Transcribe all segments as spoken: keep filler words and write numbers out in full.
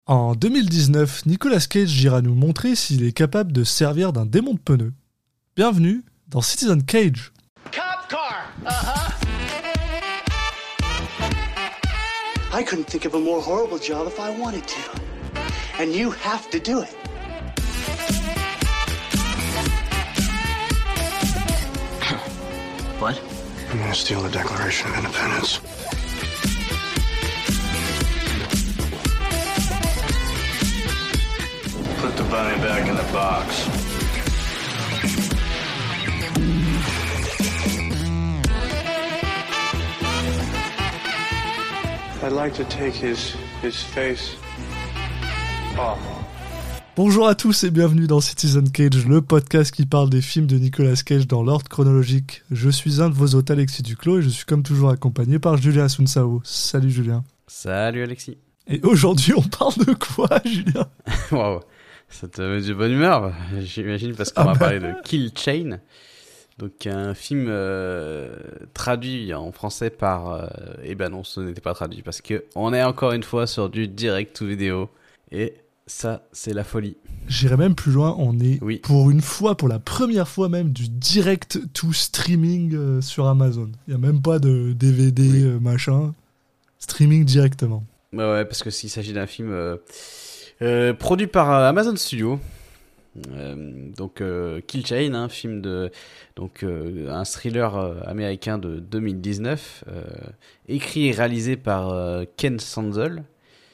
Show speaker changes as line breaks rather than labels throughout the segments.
En deux mille dix-neuf, Nicolas Cage ira nous montrer s'il est capable de servir d'un démon de pneus. Bienvenue dans Citizen Cage.
Cop car. Uh-huh.
I couldn't think of a more horrible job if I wanted to. And you have to do it.
What?
I'm gonna steal the Declaration of Independence.
Put the bunny back in the box.
I'd like to take his his face off.
Bonjour à tous et bienvenue dans Citizen Cage, le podcast qui parle des films de Nicolas Cage dans l'ordre chronologique. Je suis un de vos hôtes, Alexis Duclos, et je suis comme toujours accompagné par Julien Asunsao. Salut Julien.
Salut Alexis.
Et aujourd'hui on parle de quoi, Julien?
Waouh, ça te met de bonne humeur, j'imagine, parce qu'on
Ah
va
bah.
parler de Kill Chain, donc un film euh, traduit en français par... Euh, eh ben non, ce n'était pas traduit, parce que on est encore une fois sur du direct to vidéo, et ça, c'est la folie.
J'irai même plus loin, on est
Oui.
pour une fois, pour la première fois même, du direct to streaming euh, sur Amazon. Il n'y a même pas de D V D,
Oui.
euh, machin. Streaming directement.
Bah ouais, parce que s'il s'agit d'un film euh, euh, produit par euh, Amazon Studios, euh, donc euh, Kill Chain, un film de, donc euh, un thriller euh, américain de deux mille dix-neuf, euh, écrit et réalisé par euh, Ken Sanzel.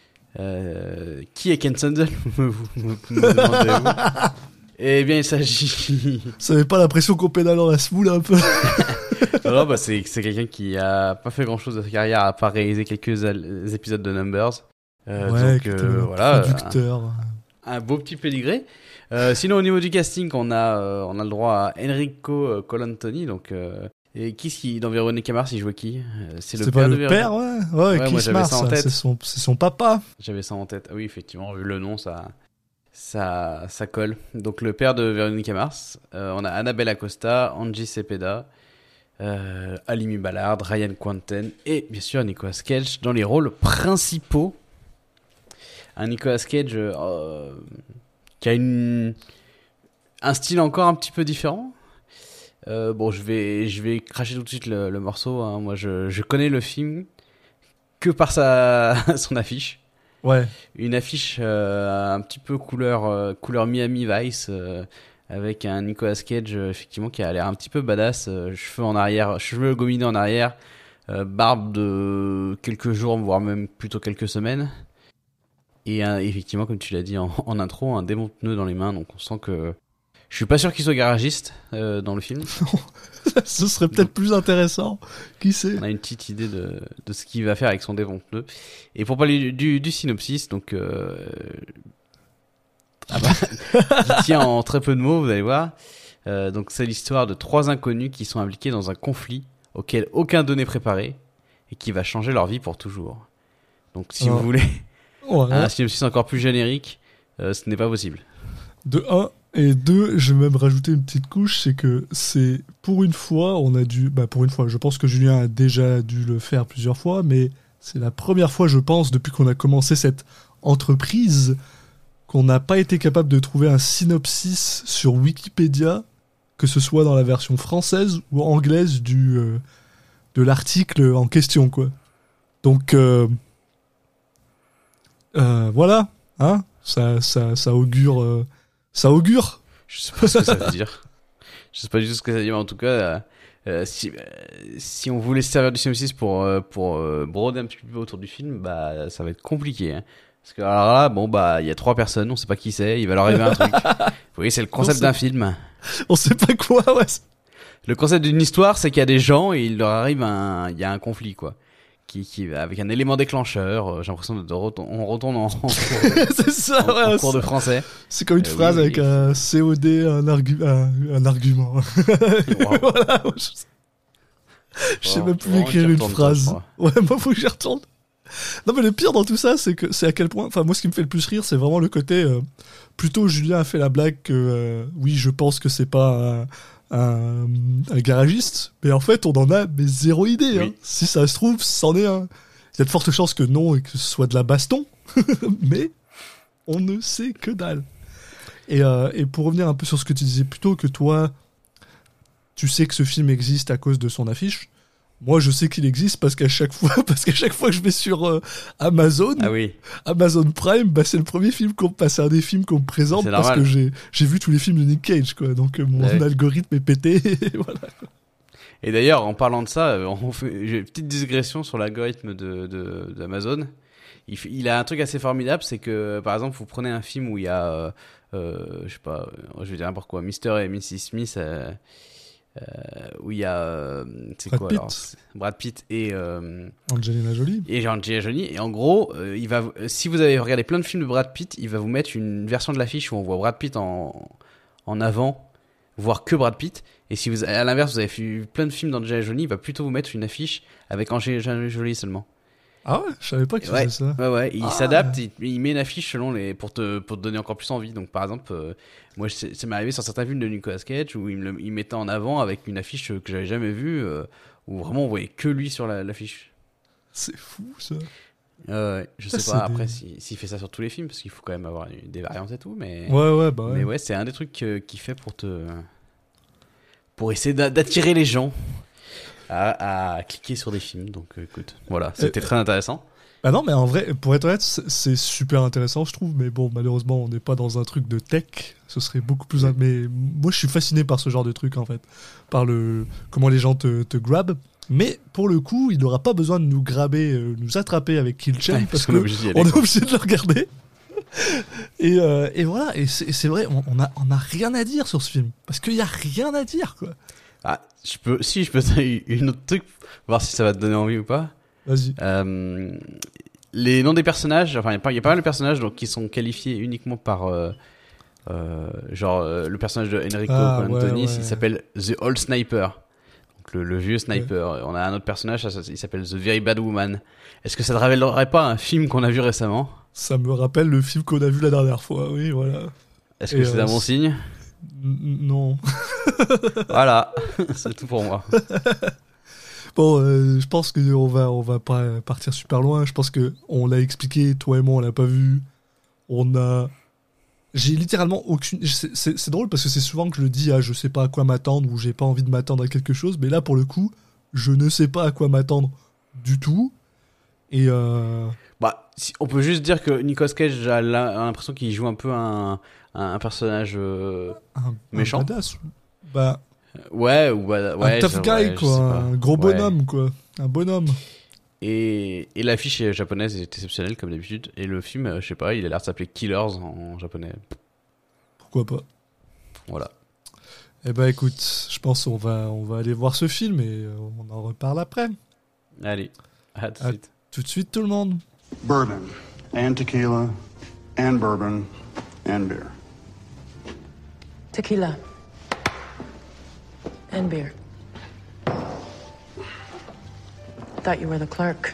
Euh, qui est Ken Sanzel, vous me, me demandez-vous? Eh bien, il s'agit...
Ça n'avait pas l'impression qu'on pédale dans la semoule un peu?
Alors, bah, c'est, c'est quelqu'un qui a pas fait grand-chose de sa carrière à part réaliser quelques al- épisodes de Numbers. Euh,
Ouais,
donc
qui
euh,
était le
voilà,
producteur.
un, un beau petit pédigré. Euh, sinon, au niveau du casting, on a, euh, on a le droit à Enrico euh, Colantoni. Donc, euh, et qui, qui dans Véronica Mars, il jouait qui? Euh, C'est le
C'est
père
pas
de
le
Véronica.
père, ouais. Ouais,
Ouais,
Chris
moi, j'avais
Mars,
ça en
ça,
tête.
c'est son, c'est son papa.
J'avais ça en tête. Ah oui, effectivement, vu le nom, ça, ça, ça colle. Donc, le père de Véronica Mars. Euh, on a Annabelle Acosta, Angie Cepeda, euh, Alimi Ballard, Ryan Quanten et bien sûr Nicolas Cage dans les rôles principaux. Un Nicolas Cage euh, qui a une, un style encore un petit peu différent. Euh, bon, je vais, je vais cracher tout de suite le, le morceau. Hein. Moi, je, je connais le film que par sa, son affiche.
Ouais.
Une affiche euh, un petit peu couleur, euh, couleur Miami Vice, euh, avec un Nicolas Cage euh, effectivement qui a l'air un petit peu badass, euh, cheveux en arrière, cheveux gominés en arrière, euh, barbe de quelques jours, voire même plutôt quelques semaines. Et euh, effectivement, comme tu l'as dit en, en intro, un démon de pneus dans les mains, donc on sent que... Je suis pas sûr qu'il soit garagiste euh, dans le film.
Ce serait peut-être plus intéressant. Qui sait?
On a une petite idée de, de ce qu'il va faire avec son démon de pneus. Et pour parler du, du, du synopsis, donc... Euh... Ah bah, il tient en très peu de mots, vous allez voir. Euh, donc c'est l'histoire de trois inconnus qui sont impliqués dans un conflit auquel aucun d'eux n'est préparé et qui va changer leur vie pour toujours. Donc si
Oh.
vous voulez
Ouais.
un synopsis encore plus générique, euh, ce n'est pas possible.
De un et deux, je vais même rajouter une petite couche, c'est que c'est pour une fois, on a dû, bah pour une fois, je pense que Julien a déjà dû le faire plusieurs fois, mais c'est la première fois, je pense, depuis qu'on a commencé cette entreprise, qu'on n'a pas été capable de trouver un synopsis sur Wikipédia, que ce soit dans la version française ou anglaise du euh, de l'article en question, quoi. Donc euh, euh, voilà, hein, ça ça ça augure. Euh, Ça augure.
Je sais pas ce que ça veut dire. Je sais pas du tout ce que ça veut dire, mais en tout cas, euh, euh, si, euh, si on voulait se servir du synopsis pour, euh, pour euh, broder un petit peu autour du film, bah ça va être compliqué. Hein. Parce que alors là, bon bah il y a trois personnes, on sait pas qui c'est, il va leur arriver un truc. Vous voyez, c'est le concept
Non,
d'un film.
On sait pas quoi, ouais.
Le concept d'une histoire, c'est qu'il y a des gens et il leur arrive un, il y a un conflit quoi. Qui, qui, avec un élément déclencheur, euh, j'ai l'impression de, de retourne, on retourne en, en cours,
C'est ça,
en- en
ouais.
cours de français.
C'est comme une
Euh,
phrase
oui,
avec
oui.
un C O D, un, argu- un, un argument.
Wow.
Voilà. Je, je sais
Bon,
même plus
vraiment,
écrire
tu
une
retournes,
phrase.
toi,
Ouais, moi faut que j'y retourne. Non mais le pire dans tout ça, c'est que c'est à quel point. Enfin moi, ce qui me fait le plus rire, c'est vraiment le côté. Euh, plutôt Julien a fait la blague que euh, oui, je pense que c'est pas un, un, un garagiste, mais en fait, on en a mais zéro idée.
Oui.
Hein. Si ça se trouve, c'en est un. Il y a de fortes chances que non et que ce soit de la baston, mais On ne sait que dalle. Et, euh, et pour revenir un peu sur ce que tu disais plus tôt, que toi, tu sais que ce film existe à cause de son affiche. Moi, je sais qu'il existe parce qu'à chaque fois, parce qu'à chaque fois que je vais sur euh, Amazon,
Ah oui.
Amazon Prime, bah, c'est le premier film qu'on me passe, c'est un des films qu'on me présente
C'est
parce
normal.
que j'ai, j'ai vu tous les films de Nick Cage, quoi. Donc, euh, mon
Ouais.
algorithme est pété, et voilà.
Et d'ailleurs, en parlant de ça, euh, on fait j'ai une petite digression sur l'algorithme de, de, d'Amazon. Il, fait- il a un truc assez formidable, c'est que, par exemple, vous prenez un film où il y a, euh, euh, je sais pas, euh, je vais dire n'importe quoi, mister et missus Smith, euh, euh, où il y a, euh, c'est
Brad
quoi
Pitt.
alors C'est Brad Pitt et euh,
Angelina Jolie.
et Angelina Jolie. Et en gros, euh, il va, si vous avez regardé plein de films de Brad Pitt, il va vous mettre une version de l'affiche où on voit Brad Pitt en, en avant, voire que Brad Pitt. Et si vous, à l'inverse, vous avez vu plein de films d'Angelina Jolie, il va plutôt vous mettre une affiche avec Angelina Jolie seulement.
Ah ouais, je savais pas qu'il
Ouais,
faisait ça.
ouais, ouais. Il
Ah.
s'adapte, il, il met une affiche selon les, pour te, pour te donner encore plus envie. Donc, par exemple, euh, moi, c'est- ça m'est arrivé sur certains films de Nicolas Cage où il me le, il mettait en avant avec une affiche que j'avais jamais vue, euh, où vraiment on voyait que lui sur la- l'affiche.
C'est fou, ça.
Euh, ouais, je
Ça,
sais
c'est
pas après
des-
si- s'il fait ça sur tous les films, parce qu'il faut quand même avoir une- des variantes et tout, mais,
Ouais, ouais, bah ouais.
mais ouais, c'est un des trucs euh, qu'il fait pour te, pour essayer d'a- d'attirer les gens à, à cliquer sur des films. Donc, euh, écoute, voilà, c'était
Euh,
très intéressant.
Bah non, mais en vrai, pour être honnête, c'est c'est super intéressant, je trouve. Mais bon, malheureusement, on n'est pas dans un truc de tech. Ce serait beaucoup plus. in- Mais moi, je suis fasciné par ce genre de truc, en fait. Par le comment les gens te, te grabent. Mais pour le coup, il n'aura pas besoin de nous graber, euh, nous attraper avec Kill Chain,
Ouais,
parce
qu'on est
que
obligé d'y aller,
on est
quoi.
obligé de le regarder. et, euh, et voilà, et c'est c'est vrai, on, on a, on a rien à dire sur ce film. Parce qu'il n'y a rien à dire, quoi.
Ah, je peux, si je peux te donner une autre truc, voir si ça va te donner envie ou pas.
Vas-y.
Euh, les noms des personnages, enfin, il y a pas, il y a pas mal de personnages donc, qui sont qualifiés uniquement par. Euh, euh, genre, euh, le personnage de Enrico
Ah,
Colantuonis,
ouais, ouais.
il s'appelle The Old Sniper. Donc, le, le vieux sniper. On a un autre personnage, ça, ça, il s'appelle The Very Bad Woman. Est-ce que ça te rappellerait pas un film qu'on a vu récemment?
Ça me rappelle le film qu'on a vu la dernière fois, oui, voilà.
Est-ce
Et,
que c'est
euh,
un bon signe?
N- non.
Voilà, c'est tout pour moi.
Bon, euh, je pense qu'on va, on va pas partir super loin. Je pense que on l'a expliqué, toi et moi, on l'a pas vu. On a. J'ai littéralement aucune. C'est, c'est- c'est drôle parce que c'est souvent que je le dis, ah, je sais pas à quoi m'attendre ou j'ai pas envie de m'attendre à quelque chose. Mais là, pour le coup, je ne sais pas à quoi m'attendre du tout. Et. Euh...
Bah, si- on peut juste dire que Nicolas Cage a la- a l'impression qu'il joue un peu un, un, un personnage euh,
Un,
Méchant.
un badass. Bah,
ouais ou bah, ouais
un tough
je-
guy,
ouais, je
quoi.
sais pas.
Un gros
Ouais.
bonhomme, quoi. Un bonhomme.
Et, et l'affiche japonaise est exceptionnelle comme d'habitude. Et le film, euh, je sais pas, il a l'air de s'appeler Killers en japonais.
Pourquoi pas.
Voilà.
Eh ben, écoute, je pense qu'on va, on va aller voir ce film et euh, on en reparle après.
Allez, à tout de
À-
suite.
Tout de suite, tout le monde.
Bourbon and tequila and bourbon and beer.
Tequila. And beer. Thought you were the clerk.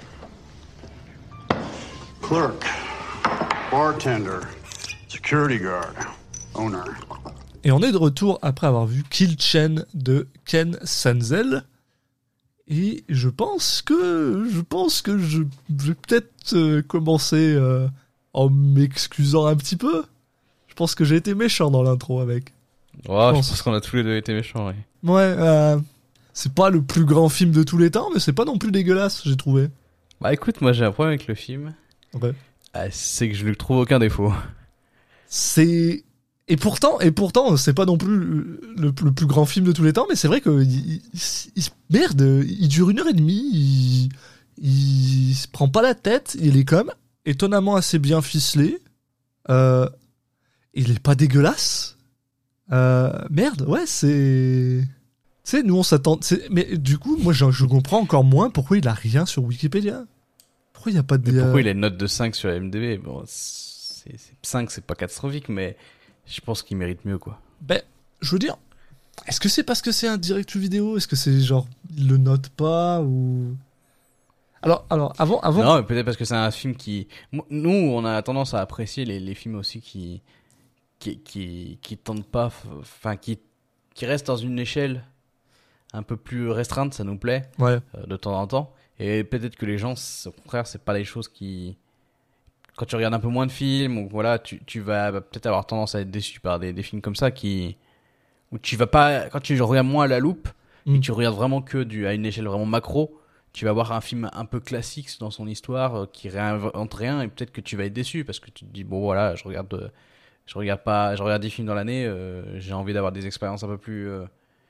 Clerk, bartender, security guard, owner.
Et on est de retour après avoir vu Kill Chain de Ken Sanzel. Et je pense que je pense que je, je vais peut-être euh, commencer euh, en m'excusant un petit peu. Je pense que j'ai été méchant dans l'intro avec.
Oh,
je pense
je pense qu'on a tous les deux été méchants, ouais.
Ouais, euh, c'est pas le plus grand film de tous les temps, mais c'est pas non plus dégueulasse, j'ai trouvé.
Bah écoute, moi j'ai un problème avec le film.
Ouais.
Ah, c'est que je lui trouve aucun défaut.
C'est et pourtant et pourtant c'est pas non plus le, le plus grand film de tous les temps, mais c'est vrai que il, il- il- merde, il dure une heure et demie, il, il se prend pas la tête, il est quand même étonnamment assez bien ficelé. Euh, il est pas dégueulasse. Euh, merde, ouais, c'est. Tu sais, nous on s'attend. c'est- Mais du coup, moi je, je comprends encore moins pourquoi il a rien sur Wikipédia. Pourquoi il y a pas de.
Mais pourquoi
euh,
il a une note de cinq sur I M D B? Bon, c'est, c'est- cinq, c'est pas catastrophique, mais je pense qu'il mérite mieux, quoi.
Ben, je veux dire, est-ce que c'est parce que c'est un direct vidéo? Est-ce que c'est genre, il le note pas ou. Alors, alors avant, avant.
Non, mais peut-être parce que c'est un film qui. Moi, nous, on a tendance à apprécier les, les films aussi qui. qui. qui, qui tentent pas. Enfin, qui, qui restent dans une échelle un peu plus restreinte, ça nous plaît,
Ouais.
euh, de temps en temps. Et peut-être que les gens, c'est- au contraire, c'est pas les choses qui. quand tu regardes un peu moins de films, ou voilà, tu, tu vas bah, peut-être avoir tendance à être déçu par des, des films comme ça qui, où tu vas pas, quand tu regardes moins à la loupe, mm. et tu regardes vraiment que du, à une échelle vraiment macro, tu vas avoir un film un peu classique dans son histoire, euh, qui réinvente rien, et peut-être que tu vas être déçu parce que tu te dis, bon voilà, je regarde, euh, je regarde pas, je regarde dix films dans l'année, euh, j'ai envie d'avoir des expériences un peu plus, euh,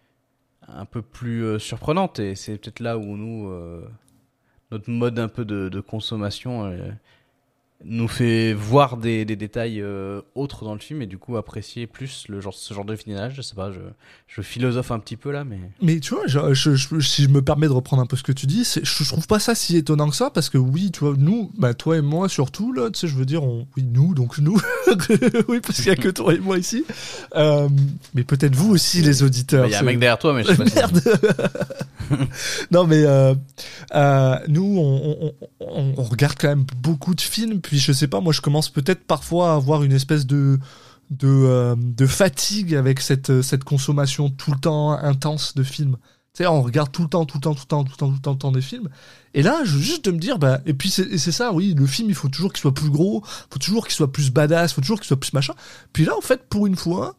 un peu plus euh, surprenantes, et c'est peut-être là où nous, euh, notre mode un peu de, de consommation, euh, nous fait voir des, des détails euh, autres dans le film et du coup apprécier plus le genre, ce genre de finage. Je sais pas, je, je philosophe un petit peu là, mais...
Mais tu vois, je, je, je, si je me permets de reprendre un peu ce que tu dis, c'est, je, je trouve pas ça si étonnant que ça, parce que oui, tu vois, nous, bah, toi et moi surtout, là, tu sais, je veux dire, on, oui, nous, donc nous, oui, parce qu'il y a que toi et moi ici, euh, mais peut-être vous aussi, les auditeurs.
Il y a un mec derrière toi, mais je sais pas.
Merde. Si... non, mais euh, euh, nous, on, on, on, on regarde quand même beaucoup de films, puis je sais pas, moi, je commence peut-être parfois à avoir une espèce de de, euh, de fatigue avec cette, cette consommation tout le temps intense de films. Tu sais, on regarde tout le temps, tout le temps, tout le temps, tout le temps, tout le temps, tout le temps des films. Et là, je veux juste de me dire, bah, et puis c'est, et c'est ça, oui, le film, il faut toujours qu'il soit plus gros, faut toujours qu'il soit plus badass, faut toujours qu'il soit plus machin. Puis là, en fait, pour une fois,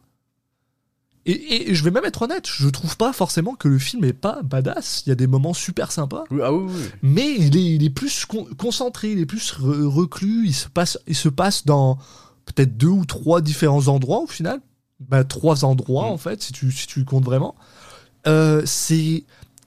et, et, et je vais même être honnête, je trouve pas forcément que le film est pas badass. Il y a des moments super sympas.
Oui, ah oui, oui.
Mais il est, il est plus con- concentré, il est plus re- reclus, il se passe, il se passe dans peut-être deux ou trois différents endroits au final. Bah, trois endroits, mmh. en fait, si tu, si tu comptes vraiment. Euh, c'est.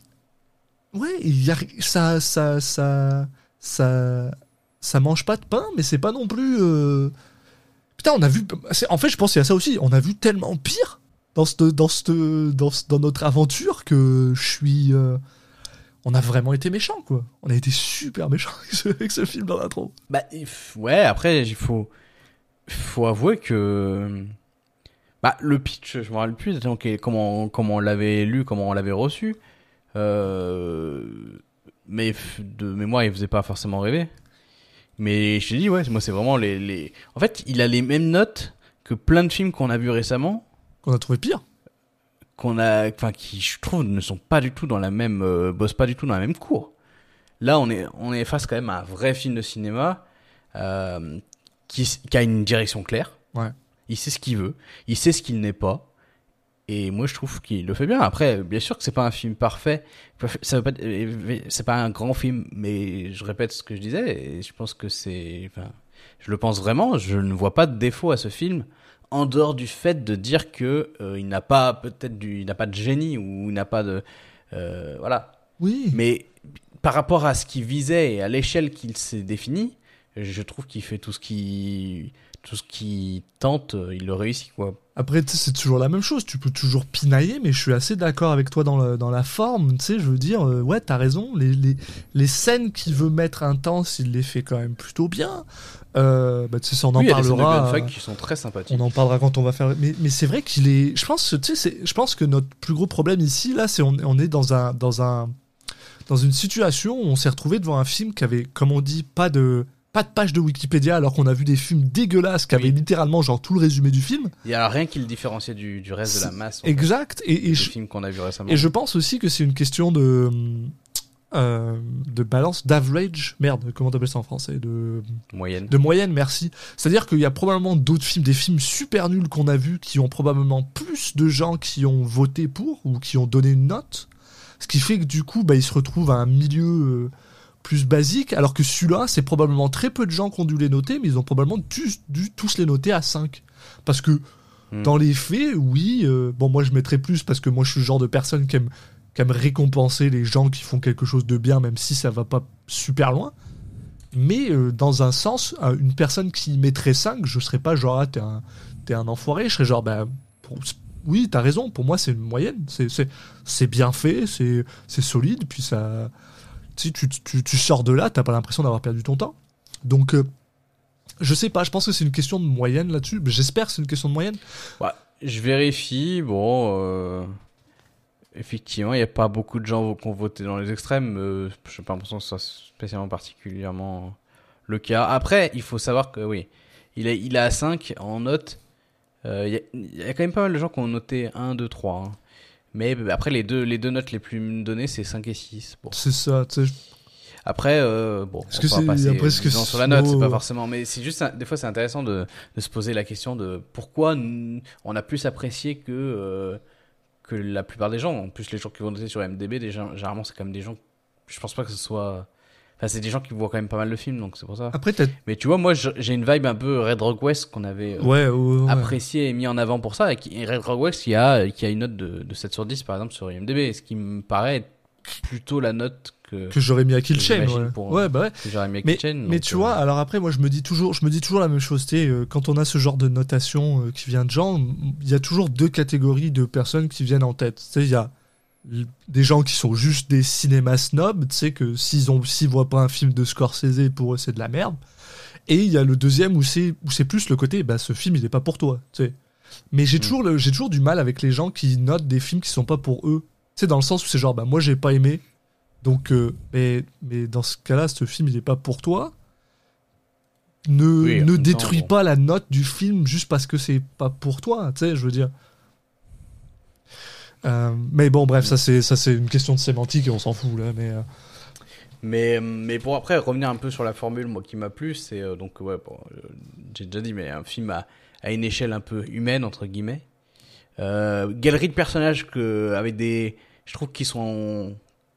Ouais, il y a, ça, ça, ça, ça, ça mange pas de pain, mais c'est pas non plus. Euh... Putain, on a vu. C'est... En fait, je pense qu'il y a ça aussi. On a vu tellement pire dans cette, dans cette, dans, dans notre aventure que je suis. Euh... On a vraiment été méchants, quoi. On a été super méchants avec ce, avec ce film dans l'intro.
Bah, ouais, après, il faut. Faut avouer que bah le pitch, je me rappelle plus donc, comment comment on l'avait lu, comment on l'avait reçu, euh... mais de mémoire il faisait pas forcément rêver. Mais je te dis ouais, moi c'est vraiment les les. En fait, il a les mêmes notes que plein de films qu'on a vus récemment,
qu'on a trouvé pire,
qu'on a, enfin qui je trouve ne sont pas du tout dans la même, euh, bossent pas du tout dans la même cour. Là, on est on est face quand même à un vrai film de cinéma. Euh, Qui, qui a une direction claire.
Ouais.
Il sait ce qu'il veut. Il sait ce qu'il n'est pas. Et moi, je trouve qu'il le fait bien. Après, bien sûr que c'est pas un film parfait. Ça veut pas, c'est pas un grand film, mais je répète ce que je disais. Et je pense que c'est, enfin, je le pense vraiment. Je ne vois pas de défaut à ce film. En dehors du fait de dire que, euh, il n'a pas, peut-être du, il n'a pas de génie ou il n'a pas de, euh, voilà.
Oui.
Mais par rapport à ce qu'il visait et à l'échelle qu'il s'est défini, je trouve qu'il fait tout ce qui tout ce qui tente, il le réussit quoi.
Après tu sais, c'est toujours la même chose, tu peux toujours pinailler, mais je suis assez d'accord avec toi dans, le, dans la forme, tu sais, je veux dire, euh, ouais t'as raison, les, les, les scènes qu'il veut mettre intenses, il les fait quand même plutôt bien. Euh, bah tu sais, ça on en
oui,
parlera.
Il y a des scènes de gunfight qui sont très sympathiques.
On en parlera quand on va faire. Mais, mais c'est vrai qu'il est. Je pense, tu sais, c'est, je pense que notre plus gros problème ici, là, c'est on, on est dans un dans un dans une situation où on s'est retrouvé devant un film qui avait, comme on dit, pas de Pas de page de Wikipédia, alors qu'on a vu des films dégueulasses qui oui. avaient littéralement genre tout le résumé du film.
Il y a rien qui le différenciait du, du reste c'est de la masse.
Exact.
Fait,
et, et
des
je,
films qu'on a vu récemment.
Et je pense aussi que c'est une question de euh, de balance, d'average. Merde, comment t'appelles ça en français ? De
moyenne.
De moyenne, merci. C'est-à-dire qu'il y a probablement d'autres films, des films super nuls qu'on a vus, qui ont probablement plus de gens qui ont voté pour ou qui ont donné une note. Ce qui fait que du coup, bah, ils se retrouvent à un milieu euh, plus basique, alors que celui-là, c'est probablement très peu de gens qui ont dû les noter, mais ils ont probablement dû, dû tous les noter à cinq. Parce que, mmh. dans les faits, oui, euh, bon, moi je mettrais plus, parce que moi je suis le genre de personne qui aime, qui aime récompenser les gens qui font quelque chose de bien, même si ça va pas super loin. Mais euh, dans un sens, euh, une personne qui mettrait cinq, je serais pas genre, ah, t'es un, t'es un enfoiré, je serais genre, bah, pour, oui, t'as raison, pour moi c'est une moyenne, c'est, c'est, c'est bien fait, c'est, c'est solide, puis ça... Si tu, tu, tu sors de là, t'as pas l'impression d'avoir perdu ton temps. Donc, euh, je sais pas, je pense que c'est une question de moyenne là-dessus. J'espère que c'est une question de moyenne.
Ouais, je vérifie. Bon, euh, effectivement, il n'y a pas beaucoup de gens qui ont voté dans les extrêmes. Euh, je n'ai pas l'impression que ce soit spécialement particulièrement le cas. Après, il faut savoir que oui, il est, il est à cinq en note. Il euh, y, y a quand même pas mal de gens qui ont noté un, deux, trois. Hein. Mais après, les deux, les deux notes les plus données, c'est cinq et six. Bon.
C'est ça, tu sais.
Après, euh, bon,
Est-ce
on
que
va
c'est-
passer
après, est-ce que
disons,
c'est-
sur la note, c'est
oh.
pas forcément, mais c'est juste, un- des fois, c'est intéressant de, de se poser la question de pourquoi n- on a plus apprécié que euh, que la plupart des gens. En plus, les gens qui vont noter sur I M D B, des gens, généralement, c'est quand même des gens. Je pense pas que ce soit. Enfin, c'est des gens qui voient quand même pas mal le film, donc c'est pour ça.
Après, t'as.
Mais tu vois, moi, je- j'ai une vibe un peu Red Rock West qu'on avait euh,
Ouais, ouais, ouais.
apprécié et mis en avant pour ça. Et qui, et Red Rock West qui a, qui a une note de, de sept sur dix, par exemple, sur I M D B, ce qui me paraît être plutôt la note que,
Que j'aurais mis à Kill
que
Chain,
j'imagine
ouais.
pour-
Ouais, bah ouais.
que j'aurais mis à
Mais,
Kitchen.
mais
donc,
tu
euh,
vois, alors après, moi, je me dis toujours, je me dis toujours la même chose. Tu sais, euh, quand on a ce genre de notation euh, qui vient de gens, il y a toujours deux catégories de personnes qui viennent en tête. Tu sais, il y a l- des gens qui sont juste des cinémas snobs, tu sais, que s'ils ont, s'ils voient pas un film de Scorsese, pour eux, c'est de la merde. Et il y a le deuxième où c'est, où c'est plus le côté, bah, ce film, il est pas pour toi, tu sais. Mais j'ai
Mm.
toujours, le- j'ai toujours du mal avec les gens qui notent des films qui sont pas pour eux. Tu sais, dans le sens où c'est genre, bah, moi, j'ai pas aimé. Donc, euh, mais, mais dans ce cas-là, ce film, il est pas pour toi. Ne,
Oui, en
ne
même
détruis
temps, bon.
pas la note du film juste parce que c'est pas pour toi, tu sais, je veux dire. Euh, mais bon, bref, ça c'est ça c'est une question de sémantique et on s'en fout là. Mais euh,
Mais, mais pour après revenir un peu sur la formule, moi qui m'a plu, c'est euh, donc, ouais, bon, euh, j'ai déjà dit, mais un film à, à une échelle un peu humaine, entre guillemets. Euh, galerie de personnages que, avec des. Je trouve qu'ils sont.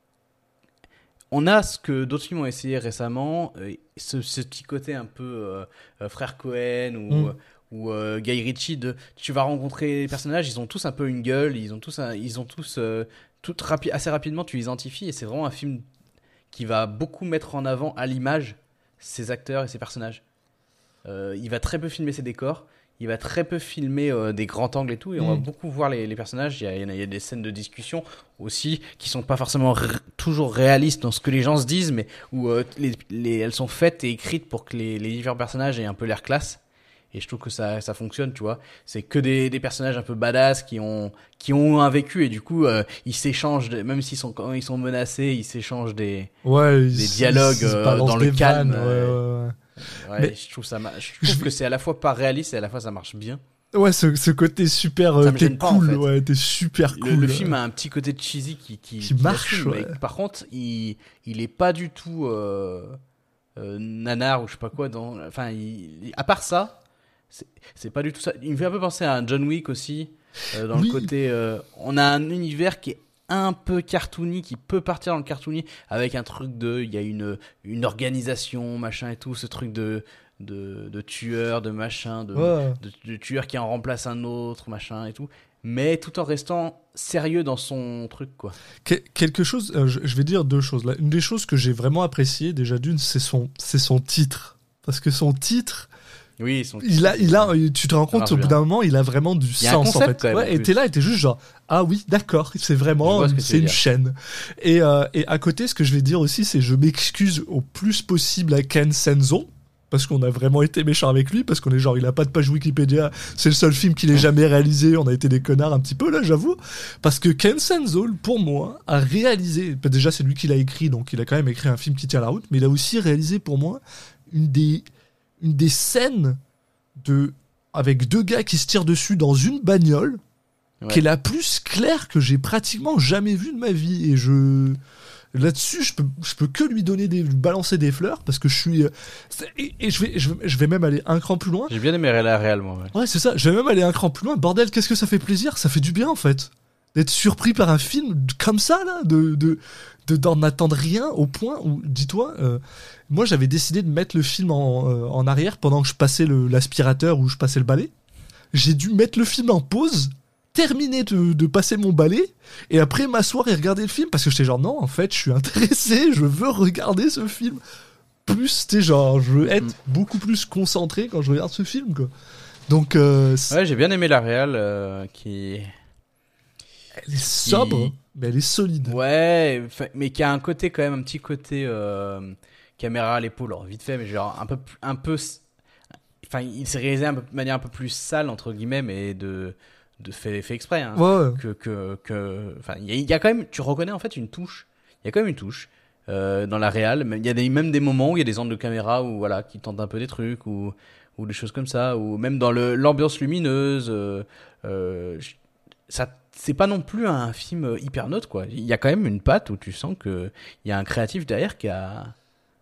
On a ce que d'autres films ont essayé récemment, euh, ce, ce petit côté un peu euh, euh, frère Cohen ou,
Mm.
ou euh, Guy Ritchie. De, tu vas rencontrer les personnages, ils ont tous un peu une gueule, ils ont tous, un- ils ont tous euh, tout rapi- assez rapidement, tu les identifies et c'est vraiment un film qui va beaucoup mettre en avant à l'image ses acteurs et ses personnages. Euh, il va très peu filmer ses décors, il va très peu filmer euh, des grands angles et tout, et on va
Mm.
beaucoup voir les, les personnages. Il y, a, il y en a- il y a des scènes de discussion aussi qui sont pas forcément r- toujours réalistes dans ce que les gens se disent, mais où euh, les, les- elles sont faites et écrites pour que les, les différents personnages aient un peu l'air classe. Et je trouve que ça, ça fonctionne, tu vois. C'est que des, des personnages un peu badass qui ont, qui ont un vécu et du coup, euh, ils s'échangent, des- même s'ils sont, quand ils sont menacés, ils s'échangent des,
ouais, ils-
des dialogues
ils se
euh,
balancent
dans le
des
calme.
vannes,
euh,
ouais, ouais, ouais.
Ouais,
Mais-
je trouve ça, ma- je
Je
trouve
vais-
que c'est à la fois pas réaliste et à la fois ça marche bien.
Ouais, ce, ce côté super,
Ça
euh,
me
t'es
gêne pas, en
cool,
fait.
ouais, t'es super
Le,
cool.
le film a un petit côté cheesy qui, qui,
Qui marche,
assume,
ouais.
mais par contre, il, il est pas du tout euh, euh, nanar ou je sais pas quoi. Dans, enfin, il, à part ça, c'est, c'est pas du tout ça. Il me fait un peu penser à un John Wick aussi, euh, dans
Oui.
le côté. Euh, on a un univers qui est un peu cartoony, qui peut partir dans le cartoony, avec un truc de. Il y a une, une organisation, machin et tout, ce truc de. De, de tueur, de machin, de,
Ouais.
de, de tueur qui en remplace un autre, machin et tout, mais tout en restant sérieux dans son truc, quoi.
Que- quelque chose, euh, je, je vais dire deux choses. Là. Une des choses que j'ai vraiment apprécié, déjà d'une, c'est son, c'est son titre. Parce que son titre,
Oui, ils sont.
il a, il a, tu te rends compte
marche
au bout
bien.
d'un moment, il a vraiment du
y a un
sens en
concept,
fait.
quand même, en
Ouais, et
plus.
t'es là, et t'es juste genre, ah oui, d'accord, c'est
Je
vraiment,
vois ce que tu
c'est
veux
une
dire.
chaîne. Et, euh, et à côté, ce que je vais dire aussi, c'est je m'excuse au plus possible à Ken Senzo. Parce qu'on a vraiment été méchant avec lui, parce qu'on est genre, il a pas de page Wikipédia, c'est le seul film qu'il ait jamais réalisé, on a été des connards un petit peu là, j'avoue. Parce que Ken Senzo, pour moi, a réalisé, bah, déjà c'est lui qui l'a écrit, donc il a quand même écrit un film qui tient la route, mais il a aussi réalisé pour moi une des, une des scènes de, avec deux gars qui se tirent dessus dans une bagnole,
Ouais.
qui est la plus claire que j'ai pratiquement jamais vue de ma vie. Et je... Là-dessus, je peux, je peux que lui donner des, lui balancer des fleurs parce que je suis. euh, c'est- Et, et je, vais, je, vais, je vais même aller un cran plus loin.
J'ai bien aimé la réellement. Ouais.
Ouais, c'est ça. Je vais même aller un cran plus loin. Bordel, qu'est-ce que ça fait plaisir? Ça fait du bien en fait. D'être surpris par un film comme ça, là, de, de, de d'en attendre rien au point où, dis-toi, euh, moi j'avais décidé de mettre le film en, euh, en arrière pendant que je passais le, l'aspirateur ou je passais le balai. J'ai dû mettre le film en pause, terminer de, de passer mon balai, et après m'asseoir et regarder le film parce que j'étais genre non, en fait, je suis intéressé, je veux regarder ce film. Plus, tu sais, genre, je veux être
Mhm.
beaucoup plus concentré quand je regarde ce film, quoi. Donc, euh, c'est-
Ouais, j'ai bien aimé la réal euh, qui.
elle est sobre,
Qui-
mais elle est solide.
Ouais, fa- mais qui a un côté quand même, un petit côté euh, caméra à l'épaule, alors vite fait, mais genre un peu, plus- un peu. s- Enfin, il s'est réalisé un peu, de manière un peu plus sale entre guillemets, mais de, de fait, fait exprès. Hein.
Ouais,
que que que enfin il y, a- il y a quand même, tu reconnais en fait une touche, il y a quand même une touche euh, dans la réal, mais il y a des, même des moments où il y a des angles de caméra où voilà qui tentent un peu des trucs ou ou des choses comme ça, ou même dans le l'ambiance lumineuse euh, euh, je- ça c'est pas non plus un film hyper neutre, quoi. Il y a quand même une patte où tu sens que il y a un créatif derrière qui a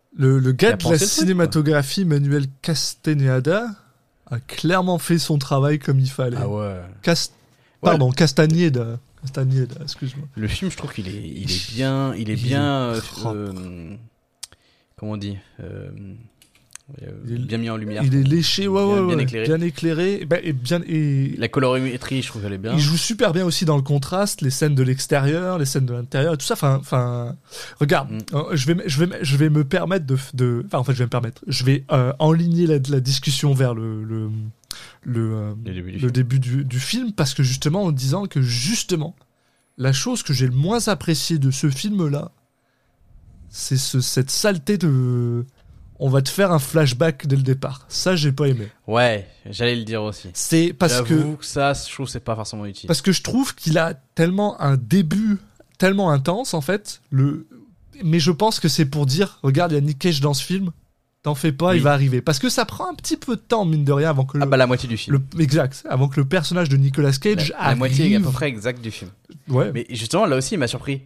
Le, le gars
Il a
de
pensé
la
le truc,
cinématographie, Manuel Castañeda, a clairement fait son travail comme il fallait.
Ah ouais.
Cast-
Ouais.
Pardon, Castañeda. Castañeda, excuse-moi.
Le film, je trouve qu'il est, il est bien, il est
Il est
bien, euh,
propre.
euh, comment on dit, euh, euh,
Il est-
bien mis en lumière.
Il est léché, ouais,
Bien-
ouais,
bien
ouais,
éclairé.
bien éclairé. Et, ben, et bien, et
La colorimétrie, je trouve qu'elle est bien.
il joue super bien aussi dans le contraste, les scènes de l'extérieur, les scènes de l'intérieur, et tout ça. Enfin, enfin, regarde,
Mm.
euh, je vais, me- je vais, me- je vais me permettre de, de, enfin, en fait, je vais me permettre. Je vais euh, enligner la, la discussion vers le, le, le, euh,
Le début du
le
film.
début du, du film, parce que justement, en disant que justement, la chose que j'ai le moins appréciée de ce film-là, c'est ce, cette saleté de, on va te faire un flashback dès le départ. Ça, j'ai pas aimé.
Ouais, j'allais le dire aussi.
C'est parce que
J'avoue que ça, je trouve que c'est pas forcément utile.
Parce que je trouve qu'il a tellement un début tellement intense, en fait. Le... Mais je pense que c'est pour dire, regarde, il y a Nick Cage dans ce film, t'en fais pas,
Oui.
il va arriver. Parce que ça prend un petit peu de temps, mine de rien, avant que le...
Ah bah la moitié du film.
le- Exact, avant que le personnage de Nicolas Cage
la, la
arrive.
moitié à peu près exacte du film.
Ouais.
Mais justement, là aussi, il m'a surpris.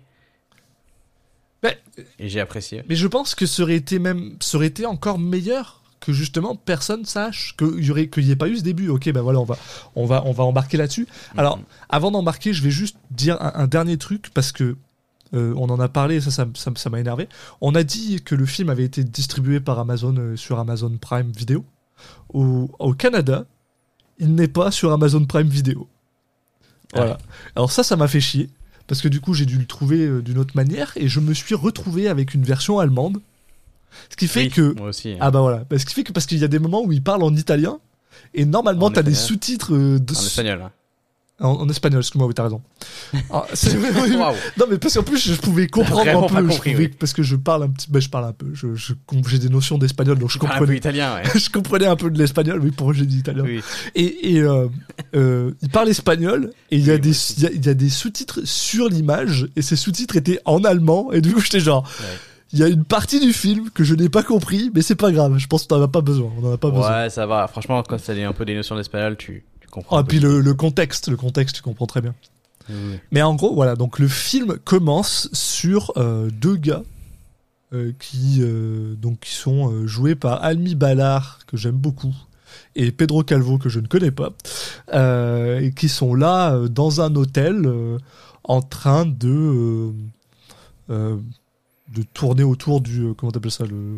Mais,
Et j'ai apprécié.
mais je pense que ça aurait été même, ça aurait été encore meilleur que justement personne sache qu'il y aurait, qu'il y ait pas eu ce début. Ok, ben voilà, on va, on va, on va embarquer là-dessus. Alors,
Mhm.
avant d'embarquer, je vais juste dire un, un dernier truc parce que euh, on en a parlé, ça, ça, ça, ça m'a énervé. On a dit que le film avait été distribué par Amazon euh, sur Amazon Prime Video. Au, au Canada, il n'est pas sur Amazon Prime Video. Voilà. Alors ça, ça m'a fait chier parce que du coup, j'ai dû le trouver euh, d'une autre manière et je me suis retrouvé avec une version allemande. Ce qui fait
Oui,
que
moi aussi. hein.
ah bah voilà, Bah, ce qui fait que parce qu'il y a des moments où il parle en italien et normalement
En
t'as des
espagnol.
sous-titres euh, de...
En espagnol. hein.
en, en espagnol, excuse-moi, oui t'as raison. Ah, c'est- oui, oui, oui.
Waouh.
Non mais parce qu'en plus je pouvais comprendre
vraiment
un peu,
pas
je
compris,
pouvais-
oui.
parce que je parle un petit, bah, je parle un peu, je, je comp- j'ai des notions d'espagnol donc je
Je parle un peu
comprenais,
italien, ouais.
je comprenais un peu de l'espagnol, oui pourquoi j'ai dit italien.
Oui.
Et, et euh, euh, il parle espagnol et il y a
Oui,
des
moi aussi.
il y a, il y a des sous-titres sur l'image et ces sous-titres étaient en allemand et du coup j'étais genre
Ouais.
il y a une partie du film que je n'ai pas compris, mais c'est pas grave. Je pense que t'en as pas besoin. On en a pas besoin.
Ouais, ça va. Franchement, quand t'as des- un peu des notions d'espagnol, tu, tu comprends.
Ah,
un peu.
puis le, le contexte, le contexte, tu comprends très bien.
Oui, oui.
Mais en gros, voilà. Donc le film commence sur euh, deux gars euh, qui euh, donc qui sont euh, joués par Almi Ballard que j'aime beaucoup et Pedro Calvo que je ne connais pas euh, et qui sont là euh, dans un hôtel euh, en train de euh, euh, de tourner autour du euh, comment t'appelles ça le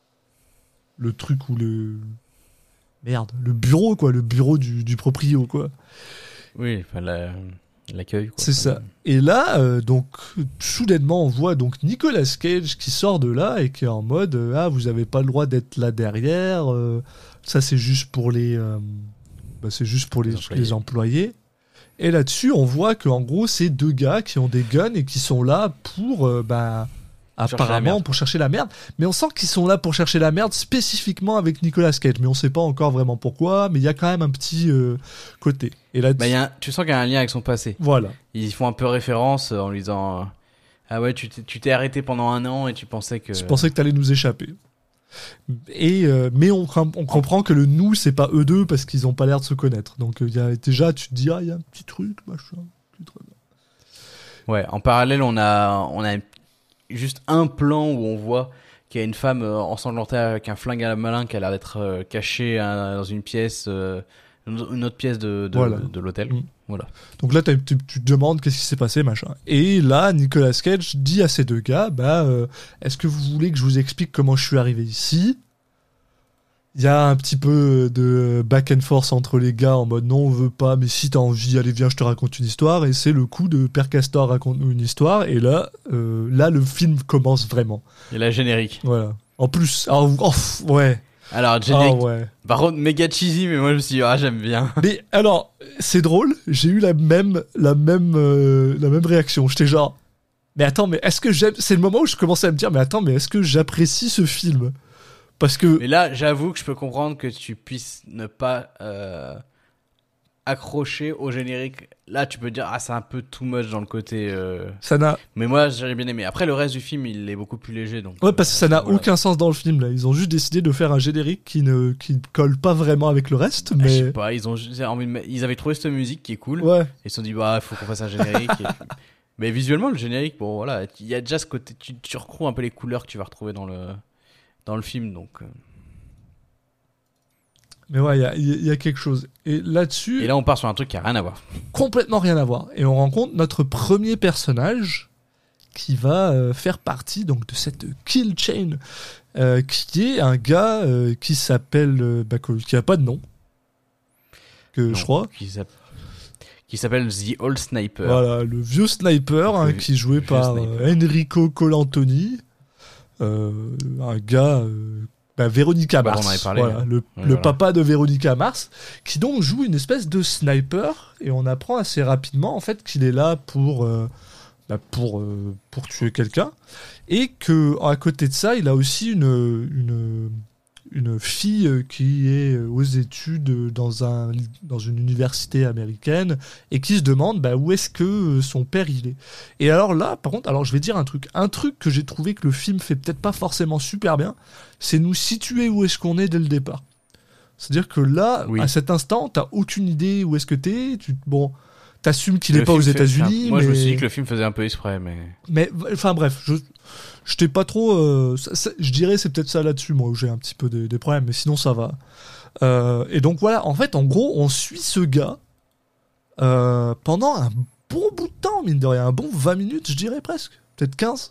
le truc où le merde le bureau quoi le bureau du, du proprio quoi.
Oui, enfin, la- l'accueil. quoi.
C'est ça. Et là, euh, donc, soudainement, on voit donc Nicolas Cage qui sort de là et qui est en mode euh, ah, vous avez pas le droit d'être là derrière. euh, ça, c'est juste pour les, euh, bah, c'est juste pour les,
Les employés.
les employés. Et là-dessus, on voit que en gros, c'est deux gars qui ont des guns et qui sont là pour, euh, bah,
Chercher la
apparemment,
merde.
pour chercher la merde. Mais on sent qu'ils sont là pour chercher la merde spécifiquement avec Nicolas Cage. Mais on sait pas encore vraiment pourquoi. Mais il y a quand même un petit euh, côté. Et là,
Bah, y a un- tu sens qu'il y a un lien avec son passé.
voilà.
Ils font un peu référence euh, en lui disant euh, ah ouais, tu t'es, tu t'es arrêté pendant un an et tu pensais que.
Je pensais que t'allais nous échapper. Et euh, mais on, com- on comprend que le nous c'est pas eux deux parce qu'ils ont pas l'air de se connaître. Donc il y a déjà tu te dis ah il y a un petit truc machin. petit truc.
Ouais, en parallèle, on a, on a juste un plan où on voit qu'il y a une femme euh, ensanglantée avec un flingue à la malin qui a l'air d'être euh, cachée hein, dans une pièce, euh, une autre pièce de, de,
Voilà.
de l'hôtel.
Mm.
Voilà.
Donc là t'as- tu, tu te demandes qu'est-ce qui s'est passé machin. Et là Nicolas Cage dit à ces deux gars bah euh, est-ce que vous voulez que je vous explique comment je suis arrivé ici? Il y a un petit peu de back and forth entre les gars en mode non on veut pas mais si t'as envie allez viens je te raconte une histoire et c'est le coup de Père Castor raconte nous une histoire et là euh, là le film commence vraiment
Et la générique.
voilà en plus ah, oh, ouais
Alors,
ah
générique.
ouais
Par contre, méga cheesy, mais moi je me suis dit, ah, j'aime bien.
mais alors c'est drôle j'ai eu la même la même euh, la même réaction j'étais genre mais attends mais est-ce que j'aime c'est le moment où je commençais à me dire mais attends mais est-ce que j'apprécie ce film parce que
Mais là, j'avoue que je peux comprendre que tu puisses ne pas euh, accrocher au générique. Là, tu peux dire, ah, c'est un peu too much dans le côté. euh,
ça n'a
Mais moi, j'ai bien aimé. Après, le reste du film, il est beaucoup plus léger. Donc,
ouais parce que ça n'a
voilà.
aucun sens dans le film là ils ont juste décidé de faire un générique qui ne qui ne colle pas vraiment avec le reste
Ah, je
mais
sais pas, ils, ont juste envie de mettre- ils avaient trouvé cette musique qui est cool.
ouais
Ils se sont dit, bah, faut qu'on fasse un générique. et puis- Mais visuellement, le générique, bon, voilà, il y a déjà ce côté. Tu, tu retrouves un peu les couleurs que tu vas retrouver dans le, dans le film, donc. Euh...
Mais ouais, il y a, y a quelque chose. Et là-dessus...
Et là, on part sur un truc qui a rien à voir.
Complètement rien à voir. Et on rencontre notre premier personnage qui va euh, faire partie donc de cette kill chain, euh, qui est un gars euh, qui s'appelle... Euh, bah, qui a pas de nom. Que
non,
je crois.
Qui s'appelle... qui s'appelle The Old Sniper.
Voilà, le vieux sniper, hein, qui est joué par euh, Enrico Colantoni. Euh, un gars... Euh, Bah, Véronica
bah,
Mars,
on en avait parlé,
voilà,
hein.
le,
Ouais,
le
voilà.
papa de Véronica Mars, qui donc joue une espèce de sniper, et on apprend assez rapidement en fait qu'il est là pour euh, bah, pour euh, pour tuer quelqu'un, et que à côté de ça, il a aussi une une une fille qui est aux études dans un dans une université américaine et qui se demande bah, où est-ce que son père il est. Et alors là, par contre, alors je vais dire un truc, un truc que j'ai trouvé que le film fait peut-être pas forcément super bien, c'est nous situer où est-ce qu'on est dès le départ. C'est-à-dire que là, oui. à cet instant, t'as aucune idée où est-ce que t'es, tu bon, t'assumes qu'il
le
est pas aux
fait,
États-Unis.
Enfin, moi,
mais...
je me suis dit que le film faisait un peu exprès, mais.
Mais enfin bref, je je t'ai pas trop. Euh, ça, ça, je dirais c'est peut-être ça là-dessus moi où j'ai un petit peu des, des problèmes, mais sinon ça va. Euh, et donc voilà, en fait, en gros, on suit ce gars euh, pendant un bon bout de temps, mine de rien, un bon vingt minutes, je dirais presque, peut-être quinze.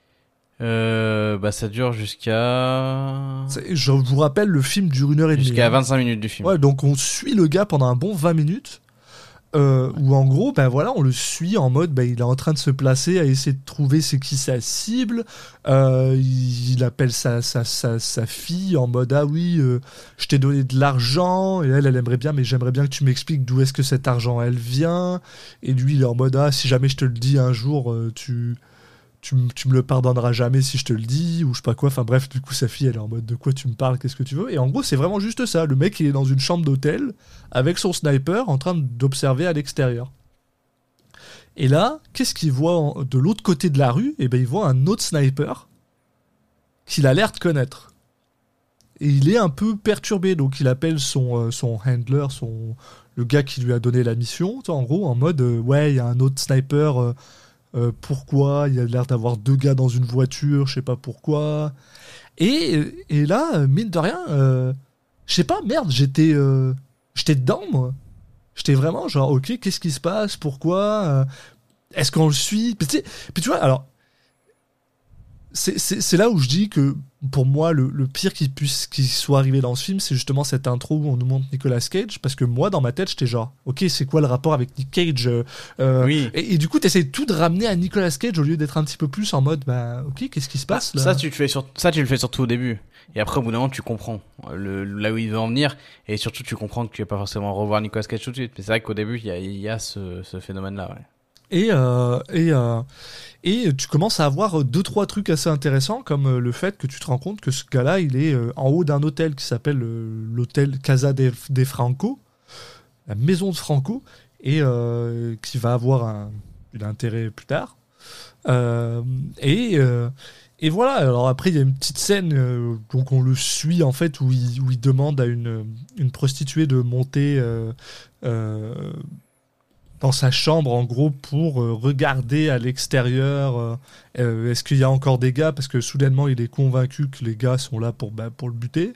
Euh, bah ça dure jusqu'à.
C'est, je vous rappelle, le film dure une heure et demie.
Jusqu'à
hein.
vingt-cinq minutes du film.
Ouais, donc on suit le gars pendant un bon vingt minutes. Euh, où en gros, ben voilà, on le suit en mode, ben il est en train de se placer à essayer de trouver c'est qui sa cible. Euh, il, il appelle sa, sa, sa, sa fille en mode ah oui, euh, je t'ai donné de l'argent et elle, elle aimerait bien, mais j'aimerais bien que tu m'expliques d'où est-ce que cet argent elle vient. Et lui, il est en mode ah si jamais je te le dis un jour, euh, tu Tu, tu me le pardonneras jamais si je te le dis, ou je sais pas quoi. Enfin bref, du coup, sa fille, elle est en mode de quoi tu me parles, qu'est-ce que tu veux. Et en gros, c'est vraiment juste ça. Le mec, il est dans une chambre d'hôtel avec son sniper en train d'observer à l'extérieur. Et là, qu'est-ce qu'il voit en, de l'autre côté de la rue ? Eh ben, il voit un autre sniper qu'il a l'air de connaître. Et il est un peu perturbé, donc il appelle son, euh, son handler, son, le gars qui lui a donné la mission, en gros, en mode euh, ouais, il y a un autre sniper. Euh, Euh, pourquoi il y a l'air d'avoir deux gars dans une voiture, je sais pas pourquoi. Et, et là, mine de rien, euh, je sais pas, merde, j'étais, euh, j'étais dedans, moi. J'étais vraiment genre, ok, qu'est-ce qui se passe, pourquoi, euh, est-ce qu'on le suit ? Puis tu sais, puis tu vois, alors, c'est, c'est, c'est là où je dis que pour moi, le, le pire qui puisse qui soit arrivé dans ce film, c'est justement cette intro où on nous montre Nicolas Cage, parce que moi, dans ma tête, j'étais genre, ok, c'est quoi le rapport avec Nick Cage euh,
oui.
et, et du coup, t'essayes tout de ramener à Nicolas Cage au lieu d'être un petit peu plus en mode, bah, ok, qu'est-ce qui se passe là ?
Ça, tu le fais sur... ça, tu le fais surtout au début. Et après, au bout d'un moment, tu comprends le, là où il veut en venir. Et surtout, tu comprends que tu vas pas forcément revoir Nicolas Cage tout de suite. Mais c'est vrai qu'au début, il y a, il y a ce, ce phénomène-là, ouais.
Et, euh, et, euh, et tu commences à avoir deux, trois trucs assez intéressants, comme le fait que tu te rends compte que ce gars-là, il est en haut d'un hôtel qui s'appelle l'hôtel Casa de, de Franco, la maison de Franco, et euh, qui va avoir un, un intérêt plus tard. Euh, et, euh, et voilà, alors après, il y a une petite scène, euh, donc on le suit en fait, où il, où il demande à une, une prostituée de monter... Euh, euh, dans sa chambre en gros pour euh, regarder à l'extérieur euh, euh, est-ce qu'il y a encore des gars, parce que soudainement il est convaincu que les gars sont là pour, bah, pour le buter.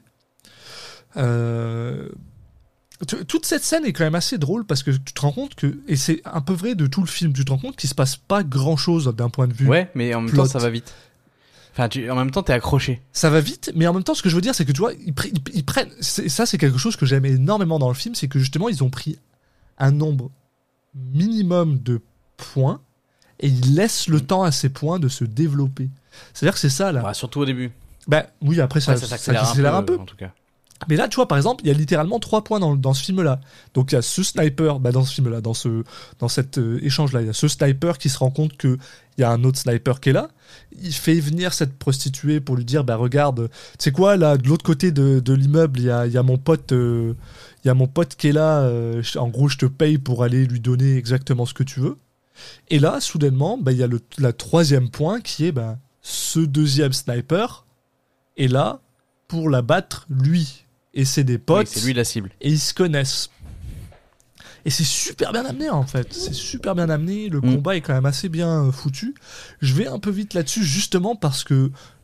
Euh... T- toute cette scène est quand même assez drôle parce que tu te rends compte que, et c'est un peu vrai de tout le film, tu te rends compte qu'il se passe pas grand chose d'un point de vue
ouais, mais en même
plot.
temps ça va vite. Enfin, tu, en même temps, t'es accroché.
Ça va vite, mais en même temps, ce que je veux dire, c'est que tu vois, ils, pr- ils, ils prennent. C'est, ça, c'est quelque chose que j'aime énormément dans le film, c'est que justement, ils ont pris un nombre minimum de points et ils laissent le mmh. temps à ces points de se développer. C'est-à-dire que c'est ça là.
Bah, surtout au début.
Bah oui, après ça,
ouais, ça s'accélère,
ça s'accélère
un,
un peu.
peu. En tout cas.
Mais là, tu vois, par exemple, il y a littéralement trois points dans, dans ce film-là. Donc il y a ce sniper, bah dans ce film-là, dans ce, dans cet euh, échange-là, il y a ce sniper qui se rend compte que il y a un autre sniper qui est là. Il fait venir cette prostituée pour lui dire, bah regarde, tu sais quoi, là, de l'autre côté de, de l'immeuble, il y a, il y a mon pote, euh, il y a mon pote qui est là. Euh, en gros, je te paye pour aller lui donner exactement ce que tu veux. Et là, soudainement, bah il y a le la troisième point qui est, bah ce deuxième sniper est là pour l'abattre lui. Et c'est des potes.
Oui, c'est lui la cible.
Et ils se connaissent. Et c'est super bien amené en fait. C'est super bien amené. Le
mm.
combat est quand même assez bien foutu. Je vais un peu vite là-dessus justement parce que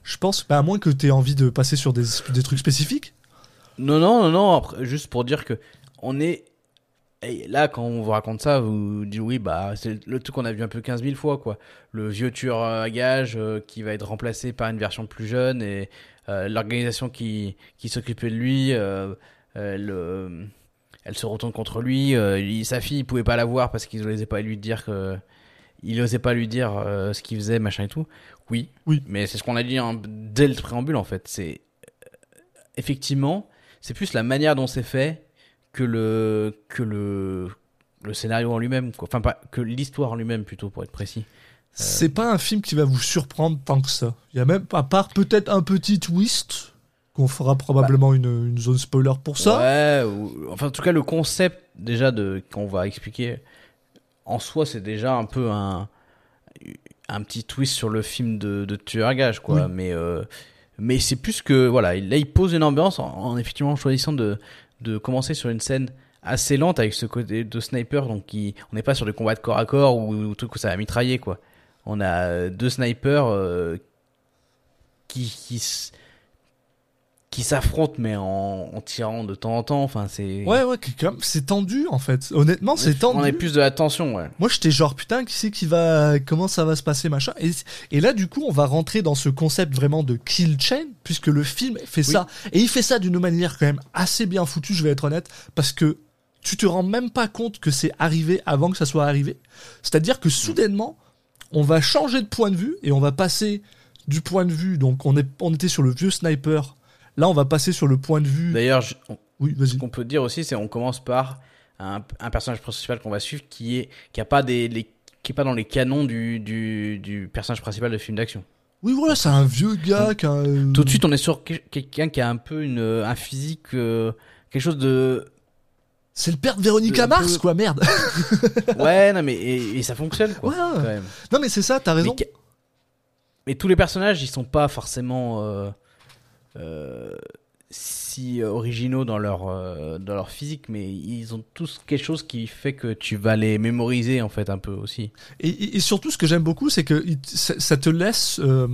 Je pense, bah, à moins que tu aies envie de passer sur des, des trucs spécifiques.
Non, non, non, non. Après, juste pour dire que on est. Et là, quand on vous raconte ça, vous dites oui, bah, c'est le truc qu'on a vu un peu quinze mille fois, quoi. Le vieux tueur à gages euh, qui va être remplacé par une version plus jeune et euh, l'organisation qui, qui s'occupait de lui, euh, elle, euh, elle se retourne contre lui. Euh, il, sa fille, il pouvait pas la voir parce qu'il n'osait pas lui dire que. Il osait pas lui dire euh, ce qu'il faisait, machin et tout. Oui,
oui.
Mais c'est ce qu'on a dit hein, dès le préambule, en fait. C'est effectivement, c'est plus la manière dont c'est fait que le que le le scénario en lui-même, quoi. Enfin, pas que l'histoire en lui-même, plutôt, pour être précis. Euh...
C'est pas un film qui va vous surprendre tant que ça. Il y a même, à part peut-être un petit twist qu'on fera probablement bah, une, une zone spoiler pour ça.
Ouais. Ou, enfin, en tout cas, le concept déjà de qu'on va expliquer. En soi, c'est déjà un peu un, un petit twist sur le film de, de tueur à gages, quoi. Oui. Mais, euh, mais c'est plus que, voilà, là, il pose une ambiance en, en effectivement choisissant de, de commencer sur une scène assez lente avec ce côté de sniper. Donc, qui, on n'est pas sur des combats de corps à corps ou, ou truc où ça va mitrailler, quoi. On a deux snipers euh, qui, qui, qui s'affrontent mais en, en tirant de temps en temps. Enfin, c'est
ouais ouais c'est tendu en fait. Honnêtement, c'est tendu.
On a plus de la tension, ouais.
Moi, j'étais genre putain, qui c'est qui va, comment ça va se passer, machin. Et, et là, du coup, on va rentrer dans ce concept vraiment de kill chain, puisque le film fait oui. ça et il fait ça d'une manière quand même assez bien foutue. Je vais être honnête, parce que tu te rends même pas compte que c'est arrivé avant que ça soit arrivé. C'est-à-dire que soudainement, on va changer de point de vue et on va passer du point de vue. Donc, on est, on était sur le vieux sniper. Là, on va passer sur le point de vue.
D'ailleurs, je, on,
oui, vas-y.
Ce qu'on peut dire aussi, c'est qu'on commence par un, un personnage principal qu'on va suivre qui est qui a pas des les, qui est pas dans les canons du du, du personnage principal de film d'action.
Oui, voilà, c'est un vieux gars. Qui a...
Tout de suite, on est sur quelqu'un qui a un peu une un physique, euh, quelque chose de.
C'est le père de Véronica Mars, peu... quoi, merde.
Ouais, non, mais et, et ça fonctionne, quoi.
Ouais.
Quand même.
Non, mais c'est ça, t'as raison.
Mais, mais tous les personnages, ils sont pas forcément. Euh... Euh, si originaux dans leur euh, dans leur physique, mais ils ont tous quelque chose qui fait que tu vas les mémoriser en fait un peu aussi.
Et, et, et surtout, ce que j'aime beaucoup, c'est que il, ça, ça te laisse euh...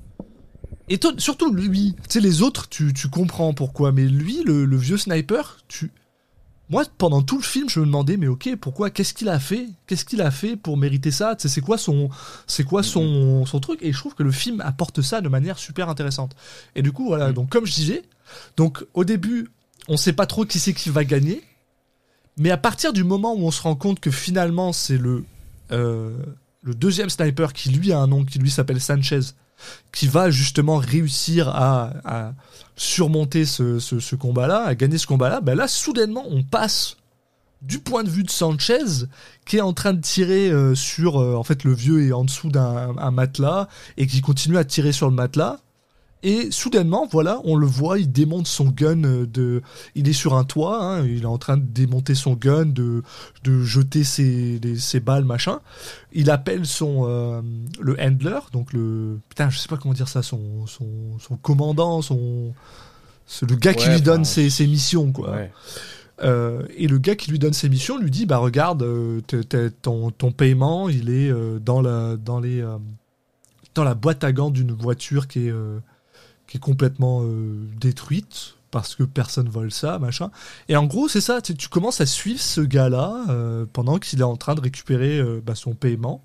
et to- surtout lui, tu sais, les autres, tu tu comprends pourquoi, mais lui, le, le vieux sniper, tu moi, pendant tout le film, je me demandais, mais ok, pourquoi, qu'est-ce qu'il a fait, qu'est-ce qu'il a fait pour mériter ça, tu sais, c'est quoi son, c'est quoi son, son truc, et je trouve que le film apporte ça de manière super intéressante. Et du coup, voilà, donc comme je disais, donc au début, on sait pas trop qui c'est qui va gagner, mais à partir du moment où on se rend compte que finalement c'est le, euh, le deuxième sniper qui lui a un nom, qui lui s'appelle Sanchez, qui va justement réussir à, à surmonter ce, ce, ce combat-là, à gagner ce combat-là, ben là, soudainement, on passe du point de vue de Sanchez, qui est en train de tirer euh, sur... Euh, en fait, le vieux est en dessous d'un un matelas, et qui continue à tirer sur le matelas. Et soudainement, voilà, on le voit, il démonte son gun de... Il est sur un toit, hein, il est en train de démonter son gun, de, de jeter ses, les, ses balles, machin. Il appelle son... Euh, le handler, donc le... Putain, je sais pas comment dire ça, son, son, son commandant, son... C'est le gars ouais, qui lui donne ses, ses missions, quoi. Ouais. Euh, et le gars qui lui donne ses missions lui dit, bah regarde, euh, t'es, t'es, ton, ton paiement, il est euh, dans, la, dans, les, euh, dans la boîte à gants d'une voiture qui est... Euh, qui est complètement euh, détruite parce que personne vole ça, machin. Et en gros, c'est ça, tu, tu commences à suivre ce gars-là euh, pendant qu'il est en train de récupérer euh, bah, son paiement.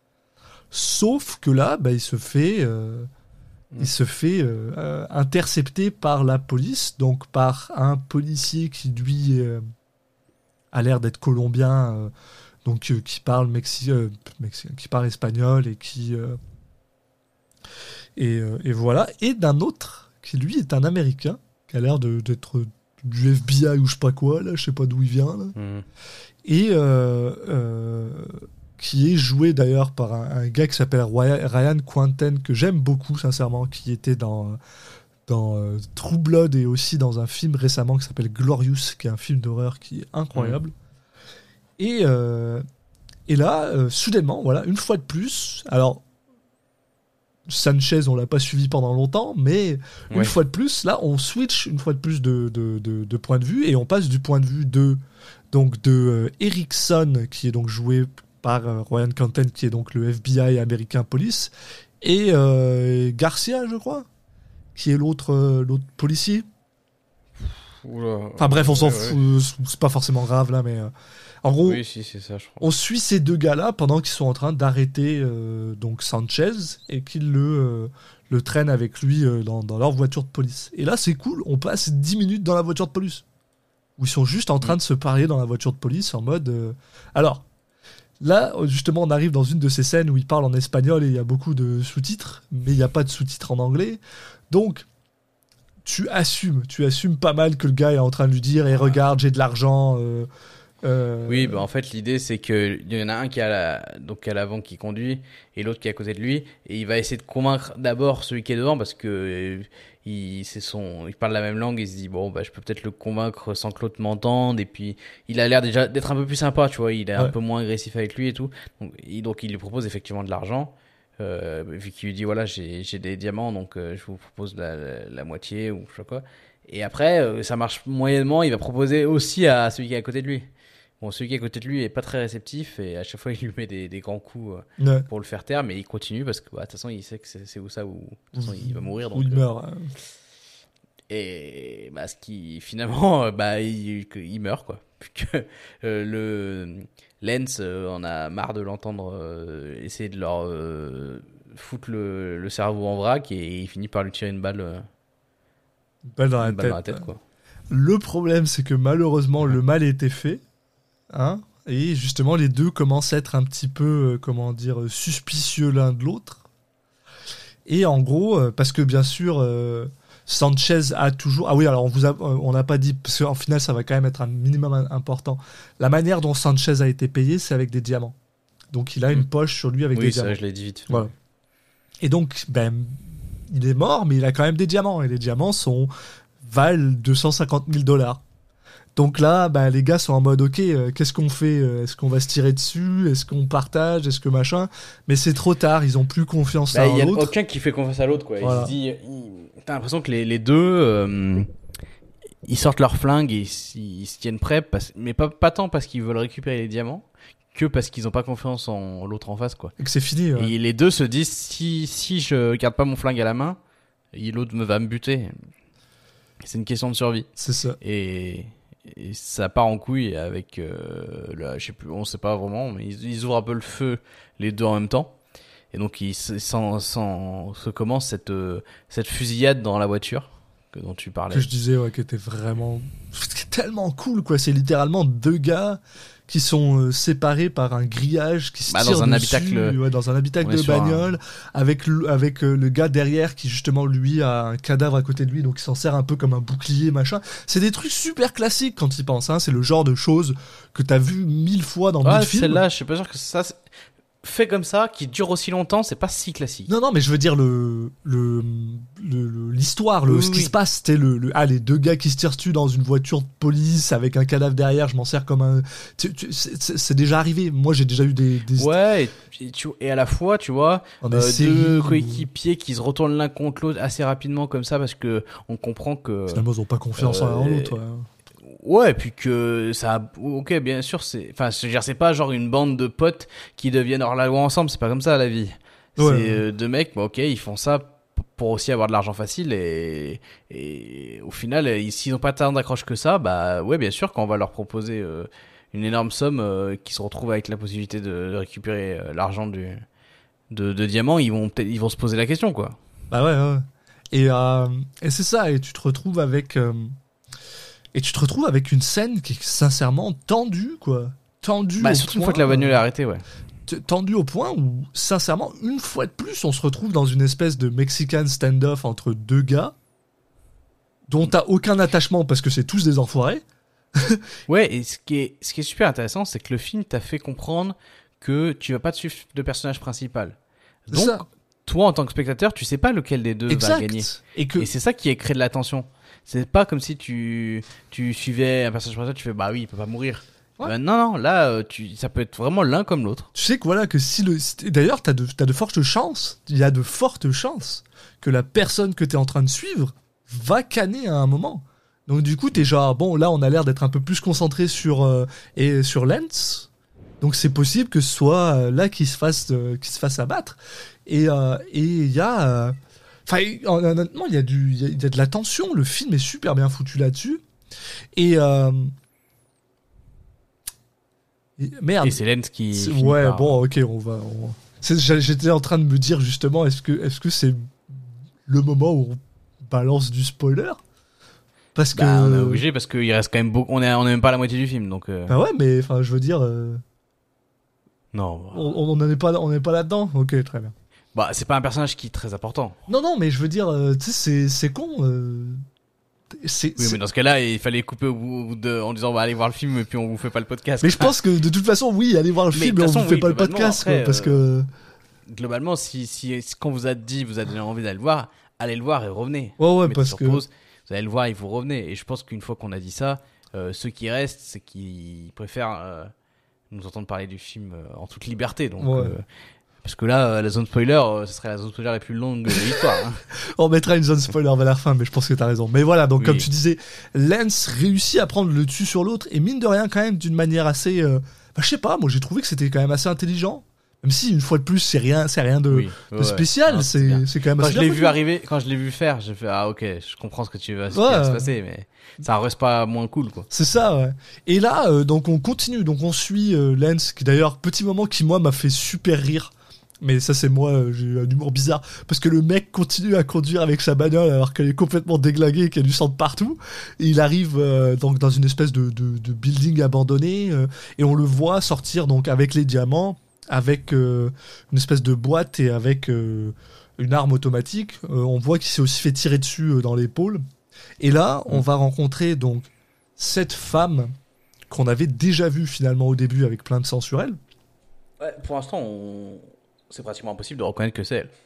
Sauf que là, bah, il se fait, euh, mmh. il se fait euh, euh, intercepter par la police, donc par un policier qui, lui, euh, a l'air d'être colombien, euh, donc euh, qui parle mexi- euh, mexi- qui parle espagnol et qui... Euh, Et, euh, et voilà, et d'un autre qui lui est un Américain qui a l'air de, d'être du F B I ou je sais pas quoi là, je sais pas d'où il vient là. Mmh. Et euh, euh, qui est joué d'ailleurs par un, un gars qui s'appelle Ryan Quanten, que j'aime beaucoup sincèrement, qui était dans dans euh, True Blood et aussi dans un film récemment qui s'appelle Glorious, qui est un film d'horreur qui est incroyable. Mmh. Et euh, et là, euh, soudainement, voilà, une fois de plus, alors Sanchez, on l'a pas suivi pendant longtemps, mais une ouais. fois de plus, là, on switch une fois de plus de, de, de, de point de vue et on passe du point de vue de, donc de euh, Erickson, qui est donc joué par euh, Ryan Quanten, qui est donc le F B I américain police, et euh, Garcia, je crois. qui est l'autre, euh, l'autre policier.
Oula.
Enfin bref, on s'en
Ouais,
fout,
ouais.
euh, c'est pas forcément grave là, mais euh, en gros,
Oui, si, c'est ça, je crois.
on suit ces deux gars-là pendant qu'ils sont en train d'arrêter euh, donc Sanchez et qu'ils le, euh, le traînent avec lui euh, dans, dans leur voiture de police. Et là, c'est cool, on passe dix minutes dans la voiture de police. Où ils sont juste en train
Mm.
de se parler dans la voiture de police en mode... euh, Alors, là, justement, on arrive dans une de ces scènes où ils parlent en espagnol et il y a beaucoup de sous-titres, mais il n'y a pas de sous-titres en anglais. Donc, tu assumes, tu assumes pas mal que le gars est en train de lui dire « Et regarde, j'ai de l'argent... euh, euh,
Oui, bah en fait l'idée c'est que il y en a un qui a la... donc à l'avant qui conduit et l'autre qui est à côté de lui et il va essayer de convaincre d'abord celui qui est devant parce que euh, il c'est son il parle la même langue et il se dit bon bah je peux peut-être le convaincre sans que l'autre m'entende et puis il a l'air déjà d'être un peu plus sympa, tu vois, il est
Ouais.
un peu moins agressif avec lui et tout. Donc il, donc, il lui propose effectivement de l'argent. Euh, vu qu'il lui dit voilà j'ai j'ai des diamants donc euh, je vous propose la, la, la moitié ou je sais pas quoi. Et après euh, ça marche moyennement, il va proposer aussi à celui qui est à côté de lui. Bon, celui qui est à côté de lui est pas très réceptif et à chaque fois il lui met des, des grands coups euh,
ouais.
pour le faire taire, mais il continue parce que bah, de toute façon il sait que c'est c'est où ça où de toute façon il va mourir.
Où
Donc,
il
euh,
meurt. hein.
et bah, ce qui finalement euh, bah il, que- il meurt quoi. Puisque euh, le Lens euh, en a marre de l'entendre euh, essayer de leur euh, foutre le, le cerveau en vrac et il finit par lui tirer une balle, euh,
Une balle dans la
une balle
tête.
dans la tête quoi.
Le problème, c'est que malheureusement, le mal a été fait. Hein, et justement, les deux commencent à être un petit peu, euh, comment dire, euh, suspicieux l'un de l'autre. Et en gros, euh, parce que bien sûr, euh, Sanchez a toujours... Ah oui, alors on vous a, euh, on n'a pas dit, parce qu'en final, ça va quand même être un minimum un- important. La manière dont Sanchez a été payé, c'est avec des diamants. Donc il a une
Mm.
poche sur lui avec des
Oui,
diamants.
ça je l'ai dit vite fait.
Voilà. Et donc, ben, il est mort, mais il a quand même des diamants. Et les diamants sont, valent deux cent cinquante mille dollars. Donc là, ben, les gars sont en mode, ok, euh, qu'est-ce qu'on fait euh, Est-ce qu'on va se tirer dessus Est-ce qu'on partage Est-ce que machin Mais c'est trop tard, ils ont plus confiance
Bah,
l'un
il y
en
a
l'autre.
aucun qui fait confiance à l'autre quoi.
Voilà.
Il se dit, il- t'as l'impression que les, les deux, euh, ils sortent leurs flingues et ils, s- ils se tiennent prêts, parce, mais pas, pas tant parce qu'ils veulent récupérer les diamants que parce qu'ils ont pas confiance en l'autre en face quoi.
Et que c'est fini. ouais.
Et les deux se disent si si je garde pas mon flingue à la main, et l'autre me va me buter. C'est une question de survie.
C'est ça.
Et, et ça part en couille avec euh, là, je sais plus, on sait pas vraiment, mais ils, ils ouvrent un peu le feu les deux en même temps. Et donc il se, sans, sans, se commence cette euh, cette fusillade dans la voiture que dont tu parlais.
Que je disais, ouais, qui était vraiment... C'était tellement cool, quoi. C'est littéralement deux gars qui sont euh, séparés par un grillage qui se
Bah, dans
tirent
un
dessus,
habitacle-
ouais, dans un habitacle
on est
de
sur un-
bagnole, avec, le, avec euh, le gars derrière qui, justement, lui, a un cadavre à côté de lui, donc il s'en sert un peu comme un bouclier, machin. C'est des trucs super classiques quand il pense, hein. C'est le genre de choses que t'as vu mille fois dans
Ouais,
mille films.
celle-là, je suis pas sûr que ça c'est- fait comme ça, qui dure aussi longtemps, c'est pas si classique.
Non, non, mais je veux dire le le le- le- l'histoire, le,
Oui,
ce qui
oui.
se passe, c'était le, le ah les deux gars qui se tirent dessus dans une voiture de police avec un cadavre derrière. Je m'en sers comme un. tu- tu- c'est- C'est c'est déjà arrivé. Moi, j'ai déjà eu des. des
Ouais, et, et tu, et à la fois, tu vois,
dans des
euh,
séries
deux
où
coéquipiers qui se retournent l'un contre l'autre assez rapidement comme ça parce que on comprend que
finalement, ils ont pas confiance en l'un en
Euh,
l'autre. ouais.
ouais, et puis que ça, ok, bien sûr, c'est, enfin, je veux dire, c'est pas genre une bande de potes qui deviennent hors la loi ensemble, c'est pas comme ça la vie.
Ouais,
c'est
ouais.
euh, deux mecs, bah, ok, ils font ça p- pour aussi avoir de l'argent facile et, et au final, ils- s'ils ont pas tant d'accroche que ça, bah ouais, bien sûr, quand on va leur proposer euh, une énorme somme, euh, qui se retrouvent avec la possibilité de, de récupérer euh, l'argent du de, de diamants, ils vont peut-être, ils vont se poser la question, quoi.
Bah ouais, ouais. Et, euh, et c'est ça, et tu te retrouves avec. euh, et tu te retrouves avec une scène qui est sincèrement tendue, quoi. Tendue.
Bah
au
surtout une
point,
fois que la bagnole
euh,
est arrêtée, ouais.
t- tendu au point où, sincèrement, une fois de plus, on se retrouve dans une espèce de Mexican standoff entre deux gars dont t'as aucun attachement parce que c'est tous des enfoirés.
Ouais, et ce qui est, ce qui est super intéressant, c'est que le film t'a fait comprendre que tu vas pas te suivre de personnage principal.
C'est
Donc,
ça.
toi, en tant que spectateur, tu sais pas lequel des deux
Exact.
va gagner.
Et que
Et c'est ça qui est créé de la tension. C'est pas comme si tu, tu suivais un personnage principal, tu fais bah oui, il peut pas mourir.
Ouais.
Euh, non, non, là, euh, tu, ça peut être vraiment l'un comme l'autre.
tu sais que voilà que si le si- d'ailleurs t'as de t'as de fortes chances, il y a de fortes chances que la personne que t'es en train de suivre va canner à un moment. Donc du coup t'es genre bon là on a l'air d'être un peu plus concentré sur euh, et sur Lance. Donc c'est possible que ce soit euh, là qu'il se fasse euh, qu'il se fasse abattre. Et euh, et il y a euh, Enfin, honnêtement, il y a du, il y a, il y a de la tension. Le film est super bien foutu là-dessus. Et, euh... et merde.
Et c'est Lance qui.
C'est-
finit
Ouais,
par-
bon, ok, on va. on- C'est- j'a- J'étais en train de me dire justement, est-ce que, est-ce que c'est le moment où on balance du spoiler? Parce que.
Bah, on est obligé parce qu'il reste quand même beaucoup. On est, on est même pas à la moitié du film, donc. euh,
Bah ouais, mais enfin, je veux dire, euh,
Non.
on on n'en est pas, on n'est pas là-dedans. Ok, très bien.
Bah, c'est pas un personnage qui est très important.
Non, non, mais je veux dire, euh, tu sais, c'est, c'est con. euh, C'est,
Oui,
c'est-
mais dans ce cas-là, il fallait couper au bout au bout de, en disant, bah, allez voir le film et puis on vous fait pas le podcast.
Mais je pense que de toute façon, oui, allez voir le
Mais
film,
de
mais on
toute
vous
façon,
fait
oui,
pas le
globalement,
podcast,
après,
quoi, parce
euh,
que.
Globalement, si, si, si quand vous a dit, vous avez donné envie d'aller le voir, allez le voir et revenez.
Ouais, ouais,
Mettez
parce
sur
que.
pause, vous allez le voir et vous revenez. Et je pense qu'une fois qu'on a dit ça, euh, ceux qui restent, c'est qu'ils préfèrent euh, nous entendre parler du film euh, en toute liberté. Donc,
Ouais.
euh, parce que là, euh, la zone spoiler, euh, ce serait la zone spoiler la plus longue de l'histoire. Hein.
On mettra une zone spoiler vers la fin, mais je pense que t'as raison. Mais voilà, donc
Oui.
comme tu disais, Lance réussit à prendre le dessus sur l'autre, et mine de rien, quand même, d'une manière assez. euh, Bah, je sais pas, moi j'ai trouvé que c'était quand même assez intelligent. Même si, une fois de plus, c'est rien, c'est rien de,
Oui.
de
Ouais,
spécial,
ouais. Non, c'est bien.
c'est, c'est quand même
Quand
assez
je l'ai
bien
vu
foutu.
arriver, quand je l'ai vu faire, j'ai fait ah ok, je comprends ce que tu veux, ce qui
Ouais.
va se passer, mais ça reste pas moins cool quoi.
C'est ça, ouais. Et là, euh, donc on continue, donc on suit euh, Lance, qui d'ailleurs, petit moment qui moi m'a fait super rire. Mais ça c'est moi, euh, j'ai eu un humour bizarre, parce que le mec continue à conduire avec sa bagnole alors qu'elle est complètement déglinguée et qu'il y a du sang de partout. Et il arrive euh, donc dans une espèce de, de, de building abandonné, euh, et on le voit sortir donc avec les diamants, avec euh, une espèce de boîte et avec euh, une arme automatique. Euh, on voit qu'il s'est aussi fait tirer dessus euh, dans l'épaule. Et là, on va rencontrer donc cette femme qu'on avait déjà vue finalement au début avec plein de sang sur elle.
Ouais, pour l'instant, on... c'est pratiquement impossible de reconnaître que c'est elle.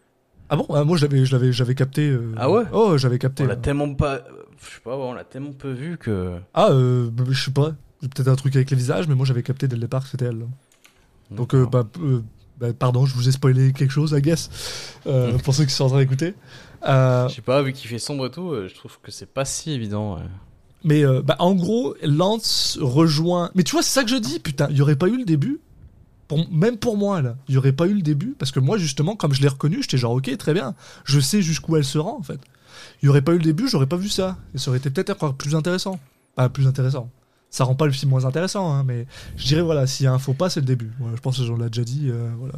Ah bon? Ah, moi je l'avais, je l'avais, j'avais capté. euh,
Ah ouais?
Oh, j'avais capté.
On l'a
ouais.
tellement pas, je sais pas, ouais, on l'a tellement peu vu que.
Ah, euh, bah, je sais pas. Peut-être un truc avec les visages, mais moi j'avais capté dès le départ que c'était elle. Donc, euh, bah, euh, bah, pardon, je vous ai spoilé quelque chose, I guess. Euh, pour ceux qui sont en train d'écouter. Euh,
Je sais pas, vu qu'il fait sombre et tout, euh, je trouve que c'est pas si évident. ouais.
mais euh, bah, en gros, Lance rejoint. Mais tu vois, c'est ça que je dis, putain, il y aurait pas eu le début. Pour, même pour moi, là, il y aurait pas eu le début. Parce que moi, justement, comme je l'ai reconnu, j'étais genre, ok, très bien. Je sais jusqu'où elle se rend, en fait. Il y aurait pas eu le début, j'aurais pas vu ça. Et ça aurait été peut-être encore plus intéressant. Pas plus intéressant. Ça rend pas le film moins intéressant, hein, mais je dirais, voilà, s'il y a un faux pas, c'est le début. Voilà, je pense que j'en l'ai déjà dit, euh, voilà.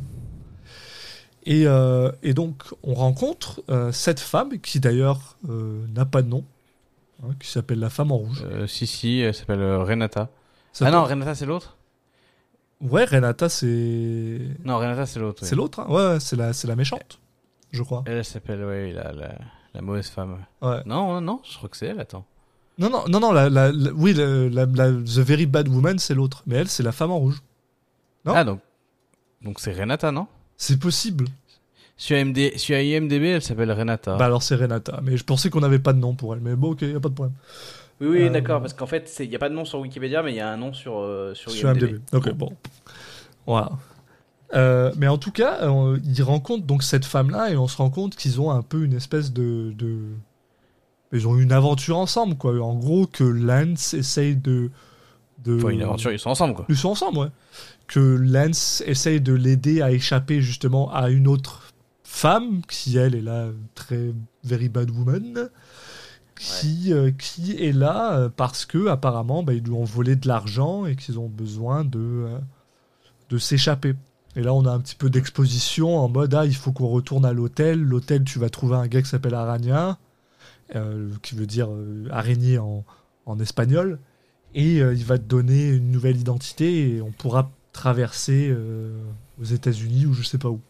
Et, euh, et donc, on rencontre euh, cette femme, qui d'ailleurs euh, n'a pas de nom, hein, qui s'appelle la femme en rouge.
Euh, si, si, elle s'appelle euh, Renata.
Ça
ah non,
peut-
Renata, c'est l'autre?
Ouais, Renata, c'est.
Non, Renata, c'est l'autre. oui.
C'est l'autre, hein. Ouais, ouais, c'est la, c'est la méchante, je crois.
Elle, elle s'appelle, ouais, la, la, la mauvaise femme.
Ouais.
Non, non, je crois que c'est elle, attends.
Non, non, non, non, la, la, la- oui, la, la, la- The Very Bad Woman, c'est l'autre. Mais elle, c'est la femme en rouge. Non.
Ah, donc, donc c'est Renata, non?
C'est possible.
Sur, M D, sur I M D B, elle s'appelle Renata.
Bah alors, c'est Renata. Mais je pensais qu'on n'avait pas de nom pour elle. Mais bon, ok, y a pas de problème.
oui, oui,
euh,
d'accord, parce qu'en fait, il n'y a pas de nom sur Wikipédia, mais il y a un nom sur, euh, sur,
Sur
I M D B.
I M D B. Ok, bon. Voilà. Euh, mais en tout cas, euh, ils rencontrent donc cette femme-là et on se rend compte qu'ils ont un peu une espèce de, de... Ils ont une aventure ensemble, quoi. En gros, que Lance essaye de... de...
Enfin, une aventure, ils sont ensemble, quoi.
Ils sont ensemble, ouais. Que Lance essaye de l'aider à échapper justement à une autre femme, qui elle est là, très very bad woman, qui, euh, qui est là euh, parce que apparemment bah, ils lui ont volé de l'argent et qu'ils ont besoin de, euh, de s'échapper. Et là on a un petit peu d'exposition en mode ah il faut qu'on retourne à l'hôtel. L'hôtel tu vas trouver un gars qui s'appelle Araña, euh, qui veut dire euh, araignée en, en espagnol. Et euh, il va te donner une nouvelle identité et on pourra traverser euh, aux États-Unis ou je sais pas où.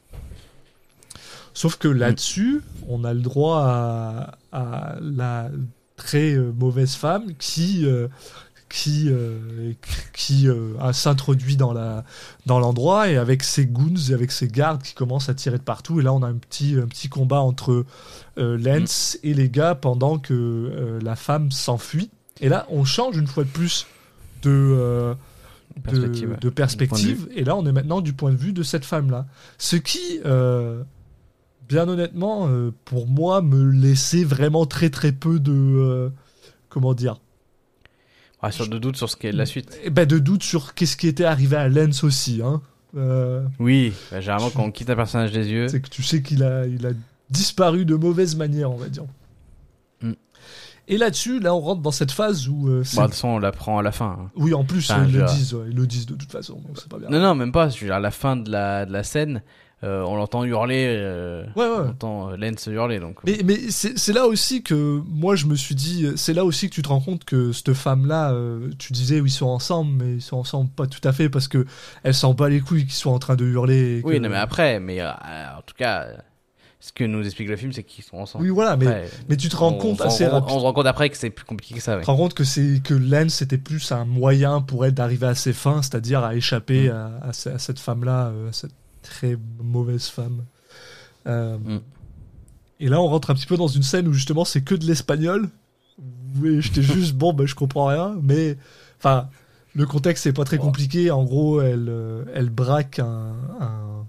Sauf que là-dessus, on a le droit à, à la très euh, mauvaise femme qui euh, qui euh, qui euh, a- s'introduit dans la dans l'endroit et avec ses goons et avec ses gardes qui commencent à tirer de partout. Et là, on a un petit un petit combat entre euh, Lance et les gars pendant que euh, la femme s'enfuit. Et là, on change une fois de plus de, euh,
Perspective,
de,
ouais.
de perspective.
Du point
Et là, on est maintenant du point de vue de cette femme-là. Ce qui, euh, bien honnêtement, euh, pour moi, me laissait vraiment très très peu de... euh, comment dire
Ah, sur de doutes sur ce qu'est la suite.
Eh ben, de doute sur qu'est-ce qui était arrivé à Lance aussi. Hein. Euh,
Oui, bah, généralement, quand on quitte un personnage des yeux.
c'est que tu sais qu'il a, il a disparu de mauvaise manière, on va dire.
Mm.
Et là-dessus, là, on rentre dans cette phase où... Euh, c'est...
Bah, de toute façon, on l'apprend à la fin. Hein.
Oui, en plus,
Enfin,
ils, le
je-
disent, ouais, ils le disent de toute façon, donc c'est pas bien.
Non, non, même pas. Je veux dire, à la fin de la, de la scène, euh, on l'entend hurler. Euh,
Ouais, ouais.
On entend euh, Lance hurler. Donc,
Mais, mais c'est, c'est là aussi que moi je me suis dit, c'est là aussi que tu te rends compte que cette femme-là, euh, tu disais oui, ils sont ensemble, mais ils sont ensemble pas tout à fait parce que elle s'en bat les couilles qu'ils soient en train de hurler. et
oui,
que-
non, mais après, mais euh, en tout cas, euh, ce que nous explique le film, c'est qu'ils sont ensemble.
Oui, voilà, mais,
Après,
mais tu te rends
on-
compte
on,
assez
on,
rapidement.
on se rend compte après que c'est plus compliqué que ça.
Tu
Ouais.
te rends compte que c'est que Lance c'était plus un moyen pour elle d'arriver à ses fins, c'est-à-dire à échapper
Mm.
à, à ce- à cette femme-là, euh, à cette très mauvaise femme. Euh,
Mm.
Et là, on rentre un petit peu dans une scène où justement c'est que de l'espagnol. Oui, j'étais juste bon, bah je comprends rien, mais enfin, le contexte c'est pas très compliqué. En gros, elle, euh, elle braque un, un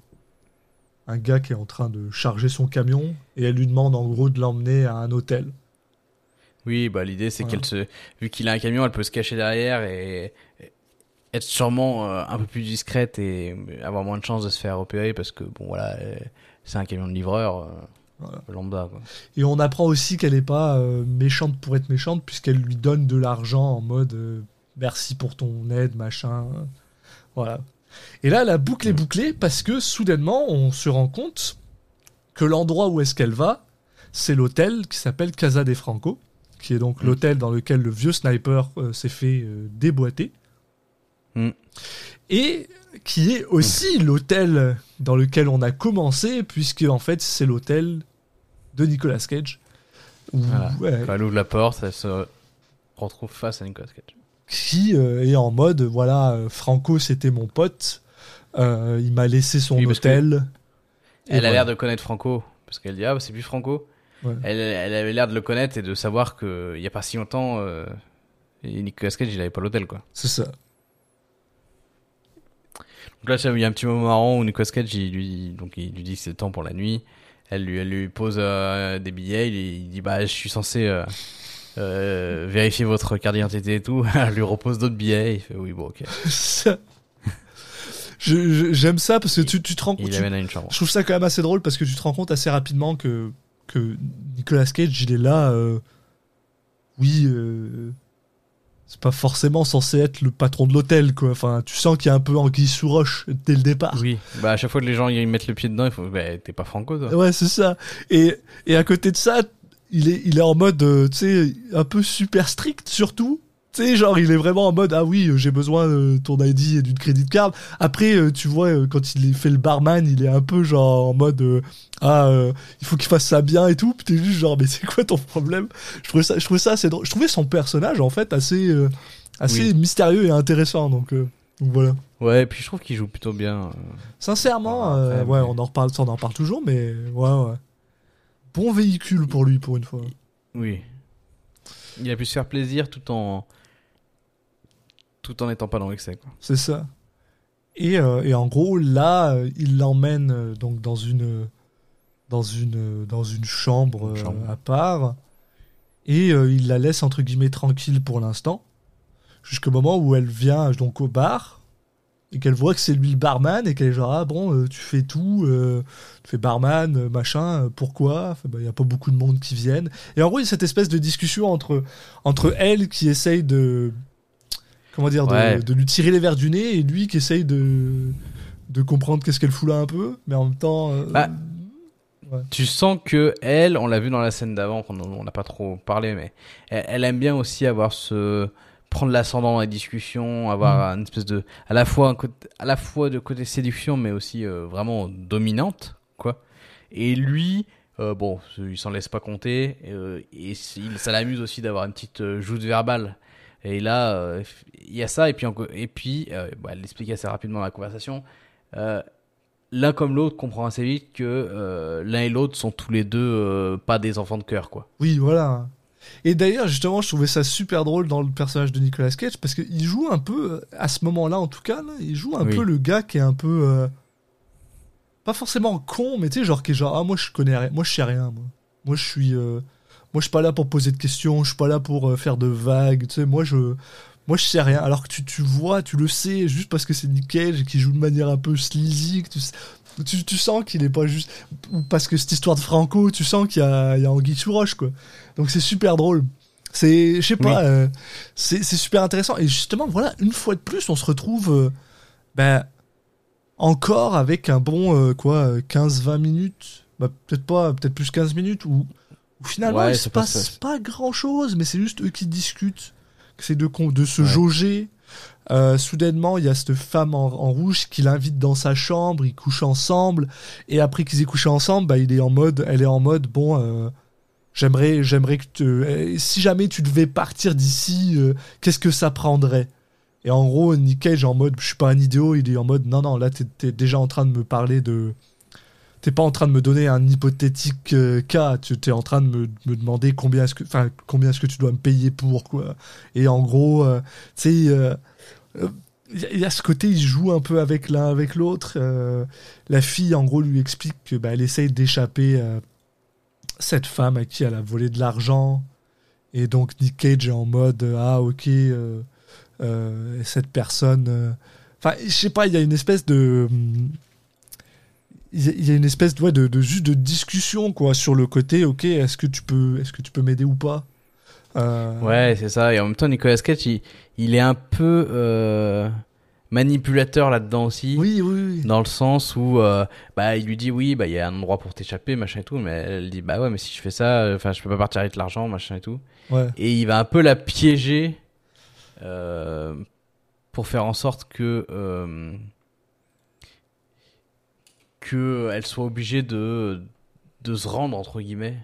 un gars qui est en train de charger son camion et elle lui demande en gros de l'emmener à un hôtel.
Oui, bah l'idée c'est
Voilà.
qu'elle se, vu qu'il a un camion, elle peut se cacher derrière et et être sûrement euh, un peu plus discrète et avoir moins de chances de se faire opérer parce que bon voilà, euh, c'est un camion de livreur euh,
Voilà.
lambda quoi.
Et on apprend aussi qu'elle est pas euh, méchante pour être méchante, puisqu'elle lui donne de l'argent en mode euh, merci pour ton aide, machin. Voilà. Et là, la boucle est bouclée parce que soudainement, on se rend compte que l'endroit où est-ce qu'elle va, c'est l'hôtel qui s'appelle Casa de Franco, qui est donc
Mm.
l'hôtel dans lequel le vieux sniper euh, s'est fait euh, déboîter.
Mm.
Et qui est aussi l'hôtel dans lequel on a commencé, puisque en fait, c'est l'hôtel de Nicolas Cage. Où,
Voilà.
ouais,
Quand elle ouvre la porte, elle se retrouve face à Nicolas Cage.
qui euh, est en mode voilà, euh, Franco c'était mon pote, euh, il m'a laissé son
Oui, parce que
hôtel. Et
Elle a
voilà.
l'air de connaître Franco parce qu'elle dit ah bah, c'est plus Franco.
Ouais.
Elle, elle avait l'air de le connaître et de savoir que il y a pas si longtemps, euh, Nicolas Cage il avait pas l'hôtel quoi.
C'est ça.
Donc là, il y a un petit moment marrant où Nicolas Cage, il lui, donc il lui dit que c'est le temps pour la nuit. Elle lui, elle lui pose euh, des billets. Il, il dit bah je suis censé euh, euh, vérifier votre carte d'identité et tout. Elle lui repose d'autres billets. Il fait oui bon ok.
Ça. Je- je- j'aime ça parce que tu, tu te rends
Et
compte.
il
tu-
l'amène à une chambre.
Je trouve ça quand même assez drôle parce que tu te rends compte assez rapidement que, que Nicolas Cage, il est là. euh, oui, euh, c'est pas forcément censé être le patron de l'hôtel, quoi. Enfin, tu sens qu'il y a un peu anguille sous roche dès le départ.
Oui. Bah à chaque fois que les gens ils mettent le pied dedans, il faut bah t'es pas Franco toi.
Ouais, c'est ça. Et, et à côté de ça, il est, il est en mode, euh, tu sais, un peu super strict surtout. Tu sais, genre, il est vraiment en mode, ah oui, euh, j'ai besoin de ton I D et d'une credit card. Après, euh, tu vois, euh, quand il est fait le barman, il est un peu genre en mode, euh, ah, euh, il faut qu'il fasse ça bien et tout. Puis t'es juste genre, mais c'est quoi ton problème? Je trouvais ça, je trouvais ça assez drôle. Je trouvais son personnage, en fait, assez, euh, assez
Oui.
mystérieux et intéressant. Donc, euh, donc voilà.
Ouais. Et puis je trouve qu'il joue plutôt bien. euh.
Sincèrement,
Ouais,
euh,
après,
ouais,
mais-
on en reparle, ça, on en parle toujours, mais ouais, ouais. Bon véhicule pour lui, pour une fois.
Oui. Il a pu se faire plaisir tout en tout en étant pas dans l'excès quoi.
C'est ça. Et, euh, et en gros, là, euh, il l'emmène euh, donc dans une dans une euh, dans une chambre,
Une
euh,
chambre.
à part, et euh, il la laisse entre guillemets tranquille pour l'instant, jusqu'au moment où elle vient donc au bar et qu'elle voit que c'est lui le barman et qu'elle est genre ah bon euh, tu fais tout, euh, tu fais barman euh, machin, euh, pourquoi? Enfin, bah, il y a pas beaucoup de monde qui viennent. Et en gros, il y a cette espèce de discussion entre entre elle qui essaye de comment dire, de,
Ouais.
de lui tirer les verres du nez et lui qui essaye de, de comprendre qu'est-ce qu'elle fout là un peu, mais en même temps. euh,
Bah,
ouais.
Tu sens que elle, on l'a vu dans la scène d'avant, qu'on- on n'a pas trop parlé, mais elle, elle aime bien aussi avoir ce prendre l'ascendant dans les discussions, avoir une espèce de à la fois un côté, à la fois de côté séduction, mais aussi euh, vraiment dominante, quoi. Et lui, euh, bon, il s'en laisse pas compter, euh, et il, ça l'amuse aussi d'avoir une petite euh, joute verbale. Et là, euh, il y a ça, et puis, enco- et puis euh, bah, elle l'explique assez rapidement dans la conversation. Euh, l'un comme l'autre comprend assez vite que euh, l'un et l'autre sont tous les deux euh, pas des enfants de cœur, quoi.
Oui, voilà. Et d'ailleurs, justement, je trouvais ça super drôle dans le personnage de Nicolas Cage parce qu'il joue un peu, à ce moment-là en tout cas, là, il joue un
Oui.
peu le gars qui est un peu. euh, pas forcément con, mais tu sais, genre qui est genre, ah, moi je connais rien, moi je sais rien, moi. Moi je suis. euh, moi je suis pas là pour poser de questions, je suis pas là pour euh, faire de vagues, tu sais, moi je. Moi je sais rien, alors que tu, tu vois, tu le sais, juste parce que c'est Nick Cage et qui joue de manière un peu sleazy, que tu sais- Tu, tu sens qu'il est pas juste... Parce que cette histoire de Franco, tu sens qu'il y a, il y a anguille sous roche, quoi. Donc c'est super drôle. C'est, je sais pas, oui. euh, c'est, c'est super intéressant. Et justement, voilà, une fois de plus, on se retrouve euh, ben, encore avec un bon, euh, quoi, quinze vingt minutes. Bah, peut-être pas, peut-être plus quinze minutes, où, où finalement, ouais, il se passe pas, pas grand-chose, mais c'est juste eux qui discutent. C'est de, de se ouais. jauger. Euh, soudainement, il y a cette femme en, en rouge qui l'invite dans sa chambre, ils couchent ensemble, et après qu'ils aient couché ensemble, bah, il est en mode, elle est en mode, bon, euh, j'aimerais, j'aimerais que te, euh, si jamais tu devais partir d'ici, euh, qu'est-ce que ça prendrait? Et en gros, Nick Cage en mode, je suis pas un idiot, il est en mode, non, non, là, t'es, t'es déjà en train de me parler de, t'es pas en train de me donner un hypothétique euh, cas, tu es en train de me, me demander combien est-ce que, enfin, combien est-ce que tu dois me payer pour, quoi. Et en gros, euh, tu sais, euh, il euh, y a ce côté, il joue un peu avec l'un avec l'autre. Euh, la fille, en gros, lui explique que bah, elle essaye d'échapper à cette femme à qui elle a volé de l'argent. Et donc Nick Cage est en mode ah ok, euh, euh, cette personne. Enfin, euh... je sais pas, il y a une espèce de, il y a une espèce ouais, de, de juste de discussion quoi sur le côté. Ok, est-ce que tu peux, est-ce que tu peux m'aider ou pas? Euh...
Ouais, c'est ça. Et en même temps, Nicolas Cage, il, il est un peu euh, manipulateur là-dedans aussi.
Oui, oui, oui.
Dans le sens où, euh, bah, il lui dit oui, bah, il y a un endroit pour t'échapper, machin et tout. Mais elle dit, bah ouais, mais si je fais ça, enfin, je peux pas partir avec l'argent, machin et tout.
Ouais.
Et il va un peu la piéger euh, pour faire en sorte que euh, que elle soit obligée de de se rendre entre guillemets.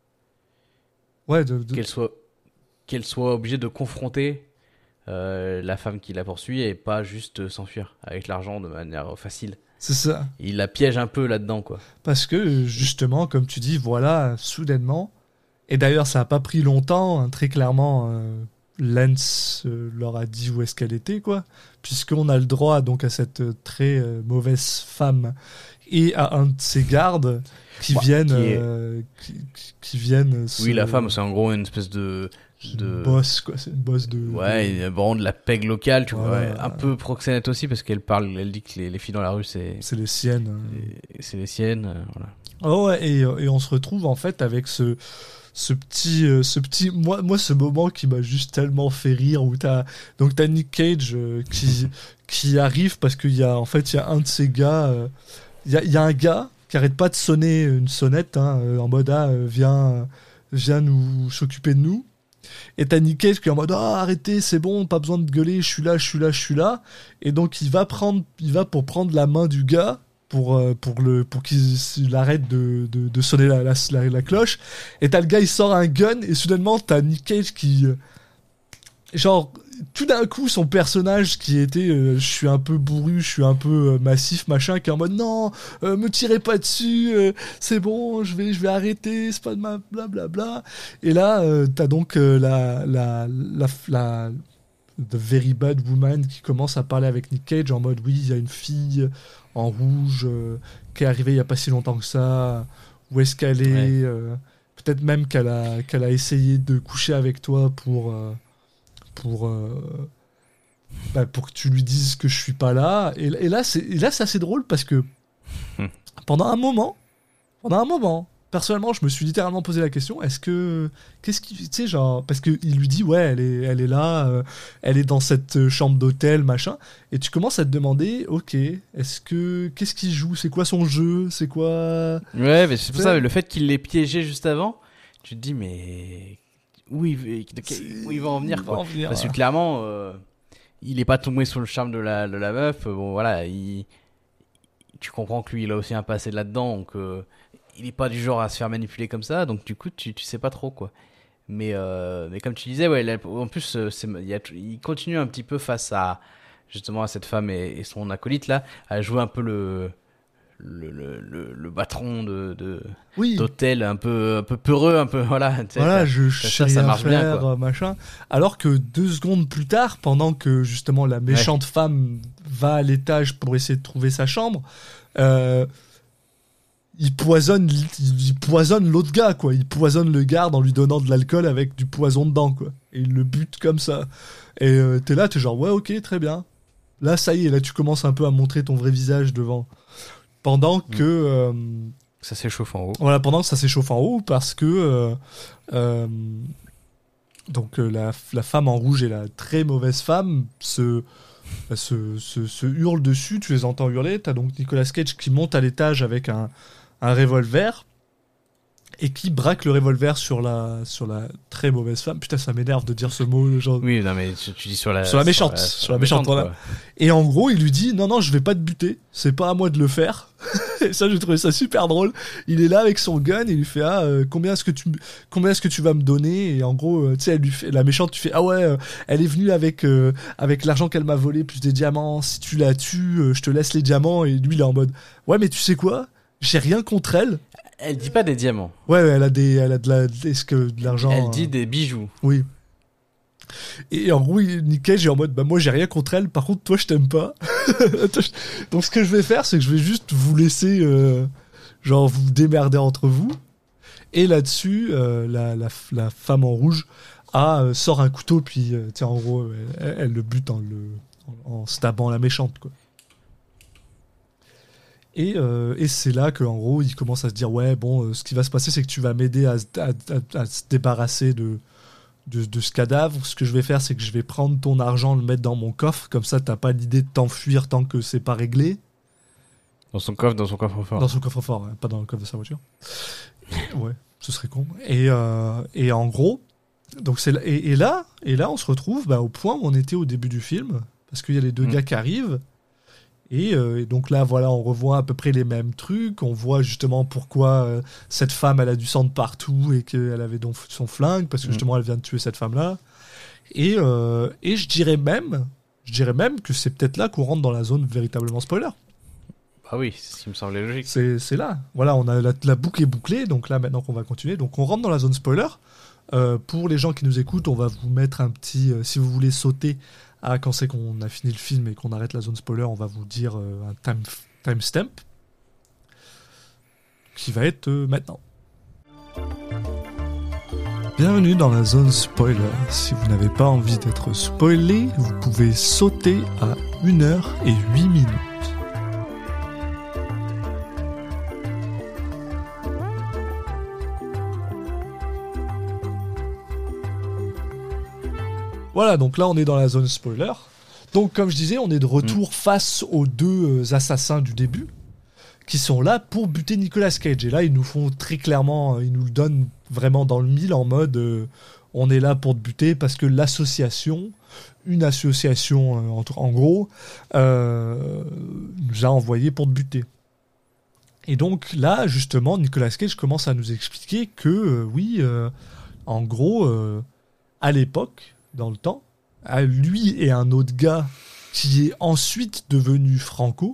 Ouais, de, de...
qu'elle soit qu'elle soit obligée de confronter euh, la femme qui la poursuit et pas juste s'enfuir avec l'argent de manière facile.
C'est ça.
Il la piège un peu là-dedans, quoi.
Parce que, justement, comme tu dis, voilà, soudainement, et d'ailleurs, ça n'a pas pris longtemps, hein, très clairement, euh, Lance euh, leur a dit où est-ce qu'elle était, quoi, puisqu'on a le droit, donc, à cette euh, très euh, mauvaise femme et à un de ses gardes qui ouais, viennent... Qui, est... euh, qui, qui viennent
se... Oui, la femme, c'est en gros une espèce de... de
boss quoi, c'est une boss de
ouais
de...
vraiment de la pègre locale, tu
voilà,
vois, ouais,
voilà.
Un peu proxénète aussi parce qu'elle parle, elle dit que les, les filles dans la rue c'est
c'est les siennes,
c'est, c'est les siennes, euh, voilà.
Oh ouais, et, et on se retrouve en fait avec ce ce petit euh, ce petit moi moi ce moment qui m'a juste tellement fait rire où t'as donc t'as Nick Cage euh, qui qui arrive parce qu'il y a en fait il y a un de ces gars il euh, y a il y a un gars qui arrête pas de sonner une sonnette hein, euh, en mode ah euh, viens viens nous s'occuper de nous. Et t'as Nick Cage qui est en mode ah arrêtez c'est bon pas besoin de gueuler je suis là je suis là je suis là et donc il va prendre il va pour prendre la main du gars pour euh, pour le pour qu'il arrête de, de de sonner la, la la la cloche et t'as le gars il sort un gun et soudainement t'as Nick Cage qui euh, genre tout d'un coup son personnage qui était euh, je suis un peu bourru je suis un peu euh, massif machin qui est en mode non euh, me tirez pas dessus euh, c'est bon je vais je vais arrêter c'est pas de ma blablabla bla bla. Et là euh, t'as donc euh, la, la la la The Very Bad Woman qui commence à parler avec Nick Cage en mode oui il y a une fille en rouge euh, qui est arrivée il y a pas si longtemps que ça où est-ce qu'elle est ouais. euh, peut-être même qu'elle a qu'elle a essayé de coucher avec toi pour euh, pour euh, bah pour que tu lui dises que je suis pas là et, et là c'est et là c'est assez drôle parce que pendant un moment pendant un moment personnellement je me suis littéralement posé la question est-ce que qu'est-ce qui tu sais genre parce que il lui dit ouais elle est elle est là euh, elle est dans cette chambre d'hôtel machin et tu commences à te demander ok est-ce que qu'est-ce qu'il joue c'est quoi son jeu c'est quoi
ouais mais c'est pour ça le fait qu'il l'ait piégé juste avant tu te dis mais où il, de, où il va en venir, quoi. En venir, parce que clairement euh, il est pas tombé sur le charme de la, de la meuf bon voilà il, tu comprends que lui il a aussi un passé là-dedans donc euh, il est pas du genre à se faire manipuler comme ça donc du coup tu, tu sais pas trop quoi mais, euh, mais comme tu disais ouais, là, en plus c'est, il, a, il continue un petit peu face à justement à cette femme et, et son acolyte là à jouer un peu le Le, le, le, le patron de, de
oui.
d'hôtel un peu un peu peureux un peu voilà
voilà
ça,
je
ça, ça marche
faire,
bien quoi.
Machin alors que deux secondes plus tard pendant que justement la méchante ouais. femme va à l'étage pour essayer de trouver sa chambre euh, il poisonne il, il poisonne l'autre gars quoi il poisonne le garde en lui donnant de l'alcool avec du poison dedans quoi et il le bute comme ça et euh, t'es là t'es genre ouais ok très bien là ça y est là tu commences un peu à montrer ton vrai visage devant pendant que euh,
Ça s'échauffe en haut.
voilà, pendant que ça s'échauffe en haut, parce que euh, euh, donc euh, la, la femme en rouge et la très mauvaise femme se, se, se, se hurlent dessus, tu les entends hurler, t'as donc Nicolas Cage qui monte à l'étage avec un, un revolver, et qui braque le revolver sur la, sur la très mauvaise femme. Putain, ça m'énerve de dire ce mot, genre...
Oui, non, mais tu, tu dis sur la...
Sur la méchante, sur la, sur la méchante, voilà.
quoi.
Et en gros, il lui dit, non, non, je vais pas te buter, c'est pas à moi de le faire. Et ça, j'ai trouvé ça super drôle. Il est là avec son gun, et il lui fait, ah, euh, combien est-ce que tu, combien est-ce que tu vas me donner? Et en gros, euh, tu sais, elle lui fait, la méchante, tu fais, ah ouais, euh, elle est venue avec, euh, avec l'argent qu'elle m'a volé, plus des diamants, si tu la tues, euh, je te laisse les diamants. Et lui, il est en mode, ouais, mais tu sais quoi? J'ai rien contre elle.
Elle dit pas des diamants.
Ouais, ouais, elle a des, elle a de la, est-ce que de l'argent.
Elle dit
euh,
des bijoux.
Oui. Et en gros, Nick Cage est en mode, bah moi j'ai rien contre elle, par contre toi je t'aime pas. Donc ce que je vais faire, c'est que je vais juste vous laisser, euh, genre vous démerder entre vous. Et là-dessus, euh, la, la, la femme en rouge a, euh, sort un couteau, puis euh, tiens, en gros, elle, elle le bute en, le, en, en stabant la méchante, quoi. Et, euh, et c'est là qu'en gros, il commence à se dire, ouais, bon, euh, ce qui va se passer, c'est que tu vas m'aider à, à, à, à se débarrasser de, de, de ce cadavre. Ce que je vais faire, c'est que je vais prendre ton argent, le mettre dans mon coffre, comme ça, t'as pas l'idée de t'enfuir tant que c'est pas réglé.
Dans son coffre, dans son coffre-fort.
Dans son coffre-fort, hein, pas dans le coffre de sa voiture. Ouais, ce serait con. Et, euh, et en gros, donc c'est là, et, et là, et là, on se retrouve bah, au point où on était au début du film, parce qu'il y a les deux mmh. gars qui arrivent. Et, euh, et donc là, voilà, on revoit à peu près les mêmes trucs. On voit justement pourquoi euh, cette femme, elle a du sang de partout et qu'elle avait donc son flingue, parce que justement, elle vient de tuer cette femme-là. Et, euh, et je dirais même, je dirais même que c'est peut-être là qu'on rentre dans la zone véritablement spoiler.
Ah oui, c'est ce qui me semblait logique.
C'est, c'est là. Voilà, on a la, la boucle est bouclée. Donc là, maintenant qu'on va continuer, donc on rentre dans la zone spoiler. Euh, pour les gens qui nous écoutent, on va vous mettre un petit, euh, si vous voulez sauter. Ah, quand c'est qu'on a fini le film et qu'on arrête la zone spoiler, on va vous dire euh, un time, timestamp qui va être euh, maintenant. Bienvenue dans la zone spoiler. Si vous n'avez pas envie d'être spoilé, vous pouvez sauter à une heure et huit minutes. Voilà, donc là on est dans la zone spoiler. Donc comme je disais, on est de retour mmh. face aux deux assassins du début qui sont là pour buter Nicolas Cage. Et là ils nous font très clairement, ils nous le donnent vraiment dans le mille en mode euh, on est là pour te buter parce que l'association, une association euh, en, en gros, euh, nous a envoyé pour te buter. Et donc là justement Nicolas Cage commence à nous expliquer que euh, oui, euh, en gros, euh, à l'époque, dans le temps, à lui et un autre gars qui est ensuite devenu Franco,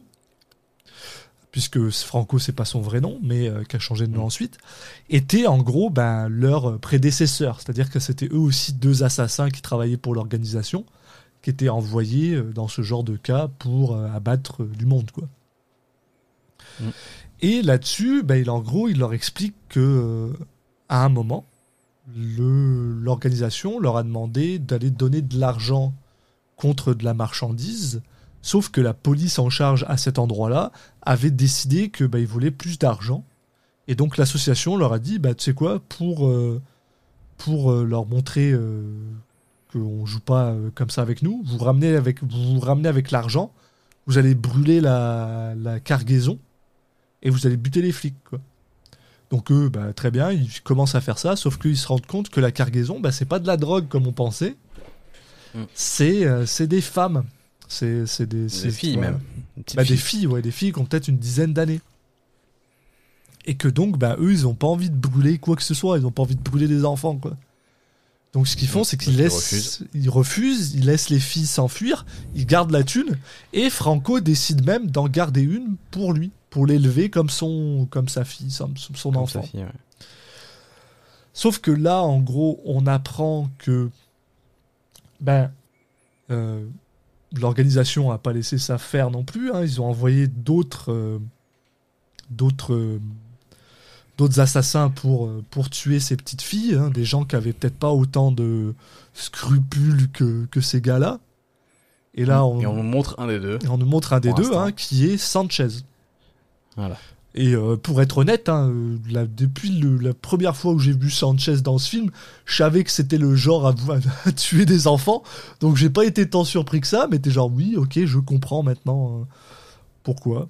puisque Franco c'est pas son vrai nom, mais euh, qui a changé de nom ensuite, étaient en gros ben, leurs prédécesseurs, c'est-à-dire que c'était eux aussi deux assassins qui travaillaient pour l'organisation, qui étaient envoyés euh, dans ce genre de cas pour euh, abattre euh, du monde, quoi. Mm. Et là-dessus, ben, il, en gros, il leur explique que euh, à un moment, Le, l'organisation leur a demandé d'aller donner de l'argent contre de la marchandise, sauf que la police en charge à cet endroit-là avait décidé que bah, ils voulaient plus d'argent, et donc l'association leur a dit bah, tu sais quoi, pour, euh, pour euh, leur montrer euh, qu'on joue pas euh, comme ça avec nous, vous ramenez avec, vous, vous ramenez avec l'argent, vous allez brûler la, la cargaison et vous allez buter les flics, quoi. Donc eux, bah, très bien, ils commencent à faire ça, sauf qu'ils se rendent compte que la cargaison, bah, c'est pas de la drogue comme on pensait, mm. c'est, euh, c'est des femmes. C'est, c'est des,
des
c'est,
filles
ouais,
même.
Bah,
filles.
Des filles, ouais, des filles qui ont peut-être une dizaine d'années. Et que donc, bah, eux, ils ont pas envie de brûler quoi que ce soit, ils ont pas envie de brûler des enfants, quoi. Donc ce qu'ils font, c'est qu'ils
donc,
laissent,
ils refusent.
ils refusent, ils laissent les filles s'enfuir, ils gardent la thune, et Franco décide même d'en garder une pour lui, pour l'élever comme son, comme sa fille, son, son
comme
enfant.
Sa fille, ouais.
Sauf que là, en gros, on apprend que ben, euh, l'organisation n'a pas laissé ça faire non plus. Hein. Ils ont envoyé d'autres, euh, d'autres, euh, d'autres assassins pour, euh, pour tuer ces petites filles. Hein. Des gens qui avaient peut-être pas autant de scrupules que, que ces gars-là. Et là, on,
Et on nous montre un des deux.
on nous montre un des
Pour
deux,
l'instant.
hein, qui est Sanchez.
Voilà.
Et euh, pour être honnête, hein, euh, la, depuis le, la première fois où j'ai vu Sanchez dans ce film, je savais que c'était le genre à, à, à tuer des enfants. Donc j'ai pas été tant surpris que ça, mais t'es genre oui, ok, je comprends maintenant euh, pourquoi.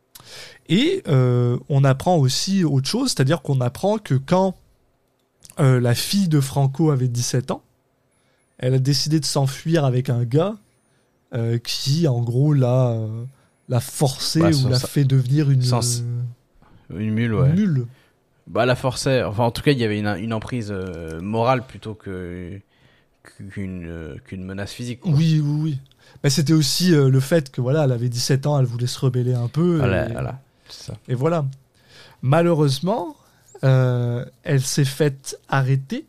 Et euh, on apprend aussi autre chose, c'est-à-dire qu'on apprend que quand euh, la fille de Franco avait dix-sept ans, elle a décidé de s'enfuir avec un gars euh, qui, en gros, l'a... Euh, l'a forcé
Bah,
ou
sans-
l'a fait devenir une,
sans-
euh,
Une mule, ouais.
une mule.
Bah, la forçait. Enfin, en tout cas, il y avait une, une emprise euh, morale plutôt que qu'une euh, qu'une menace physique. Quoi.
Oui, oui, oui. Mais c'était aussi euh, le fait que voilà, elle avait dix-sept ans, elle voulait se rebeller un peu.
Voilà,
et,
voilà. C'est ça.
et voilà. Malheureusement, euh, elle s'est faite arrêter.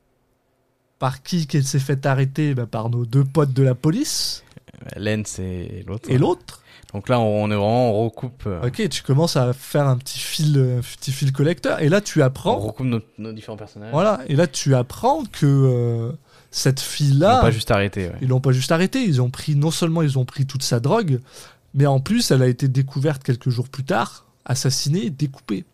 Par qui qu'elle s'est faite arrêter? Bah, par nos deux potes de la police.
Lens et l'autre.
Et l'autre.
Donc là, on est vraiment, on recoupe. euh,
Ok, tu commences à faire un petit fil, un petit fil collecteur. Et là, tu
On
apprends.
recoupe nos, nos différents personnages.
Voilà. Et là, tu apprends que euh, cette
Ils l'ont
fille-là.
pas juste arrêté. Ouais.
Ils l'ont pas juste arrêté, ils ont pris, non seulement ils ont pris toute sa drogue, mais en plus elle a été découverte quelques jours plus tard, assassinée, découpée.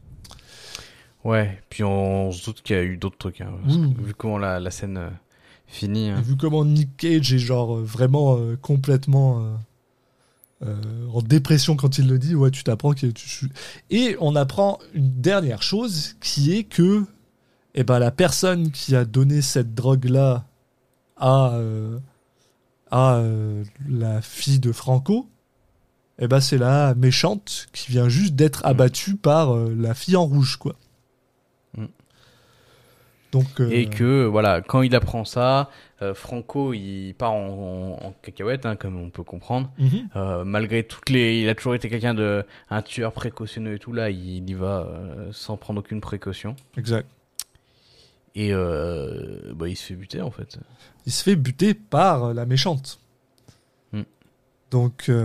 Ouais. Puis on se doute qu'il y a eu d'autres trucs. Hein, parce
Oui.
que vu comment la, la scène euh, finit.
Et
Hein.
vu comment Nick Cage est genre euh, vraiment euh, complètement euh, euh, en dépression quand il le dit, ouais, tu t'apprends que tu... Et on apprend une dernière chose qui est que eh ben, la personne qui a donné cette drogue-là à, euh, à euh, la fille de Franco, eh ben, c'est la méchante qui vient juste d'être abattue par euh, la fille en rouge, quoi.
Mm.
Donc, euh,
Et que, voilà, quand il apprend ça, euh, Franco, il part en, en, en cacahuète, hein, comme on peut comprendre.
mhm.
Euh, malgré toutes les... Il a toujours été quelqu'un de... Un tueur précautionneux et tout, là, il y va euh, sans prendre aucune précaution.
Exact.
Et euh, bah, il se fait buter, en fait.
Il se fait buter par euh, la méchante.
Mm.
Donc, euh,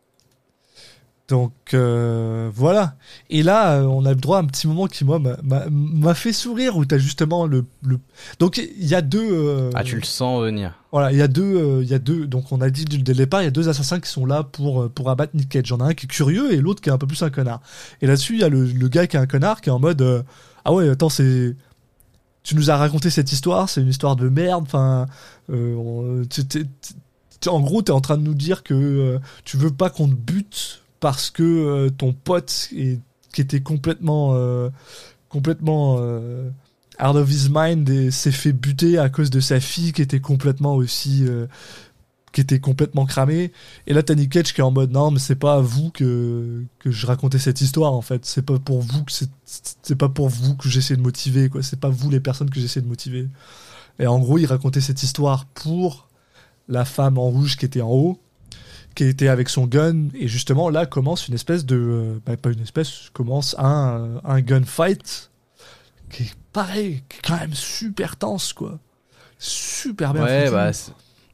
donc euh, voilà. Et là, euh, on a le droit à un petit moment qui, moi, m'a- m'a m'a fait sourire, où t'as justement le... le... Donc, il y a deux... euh,
Ah, tu le sens venir.
Voilà, il y a deux... euh, il y a deux donc, on a dit dès le départ, il y a deux assassins qui sont là pour, euh, pour abattre Nick Cage. Il y en a un qui est curieux et l'autre qui est un peu plus un connard. Et là-dessus, il y a le, le gars qui est un connard, qui est en mode... euh, ah ouais, attends, c'est... Tu nous as raconté cette histoire, c'est une histoire de merde. Enfin, euh, on- tu- t'es- t'es- en gros, t'es en train de nous dire que euh, tu veux pas qu'on te bute parce que euh, ton pote est, qui était complètement, euh, complètement euh, out of his mind et s'est fait buter à cause de sa fille qui était complètement aussi, euh, qui était complètement cramée. Et là, t'as Nick Cage qui est en mode non, mais c'est pas à vous que que je racontais cette histoire en fait. C'est pas pour vous que c'est c'est pas pour vous que j'essaie de motiver quoi. C'est pas vous les personnes que j'essaie de motiver. Et en gros, il racontait cette histoire pour la femme en rouge qui était en haut, qui était avec son gun. Et justement, là commence une espèce de, euh, bah, pas une espèce, commence un un gunfight qui est pareil, qui est quand même super tense quoi. Super bien
Ouais,
foutu.
bah... c'est-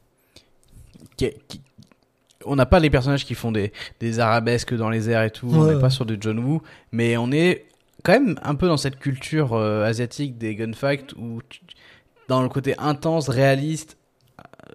qui- qui- On n'a pas les personnages qui font des, des arabesques dans les airs et tout, on
Ouais.
n'est pas sur du John Woo, mais on est quand même un peu dans cette culture euh, asiatique des gunfights où tu- dans le côté intense, réaliste, euh,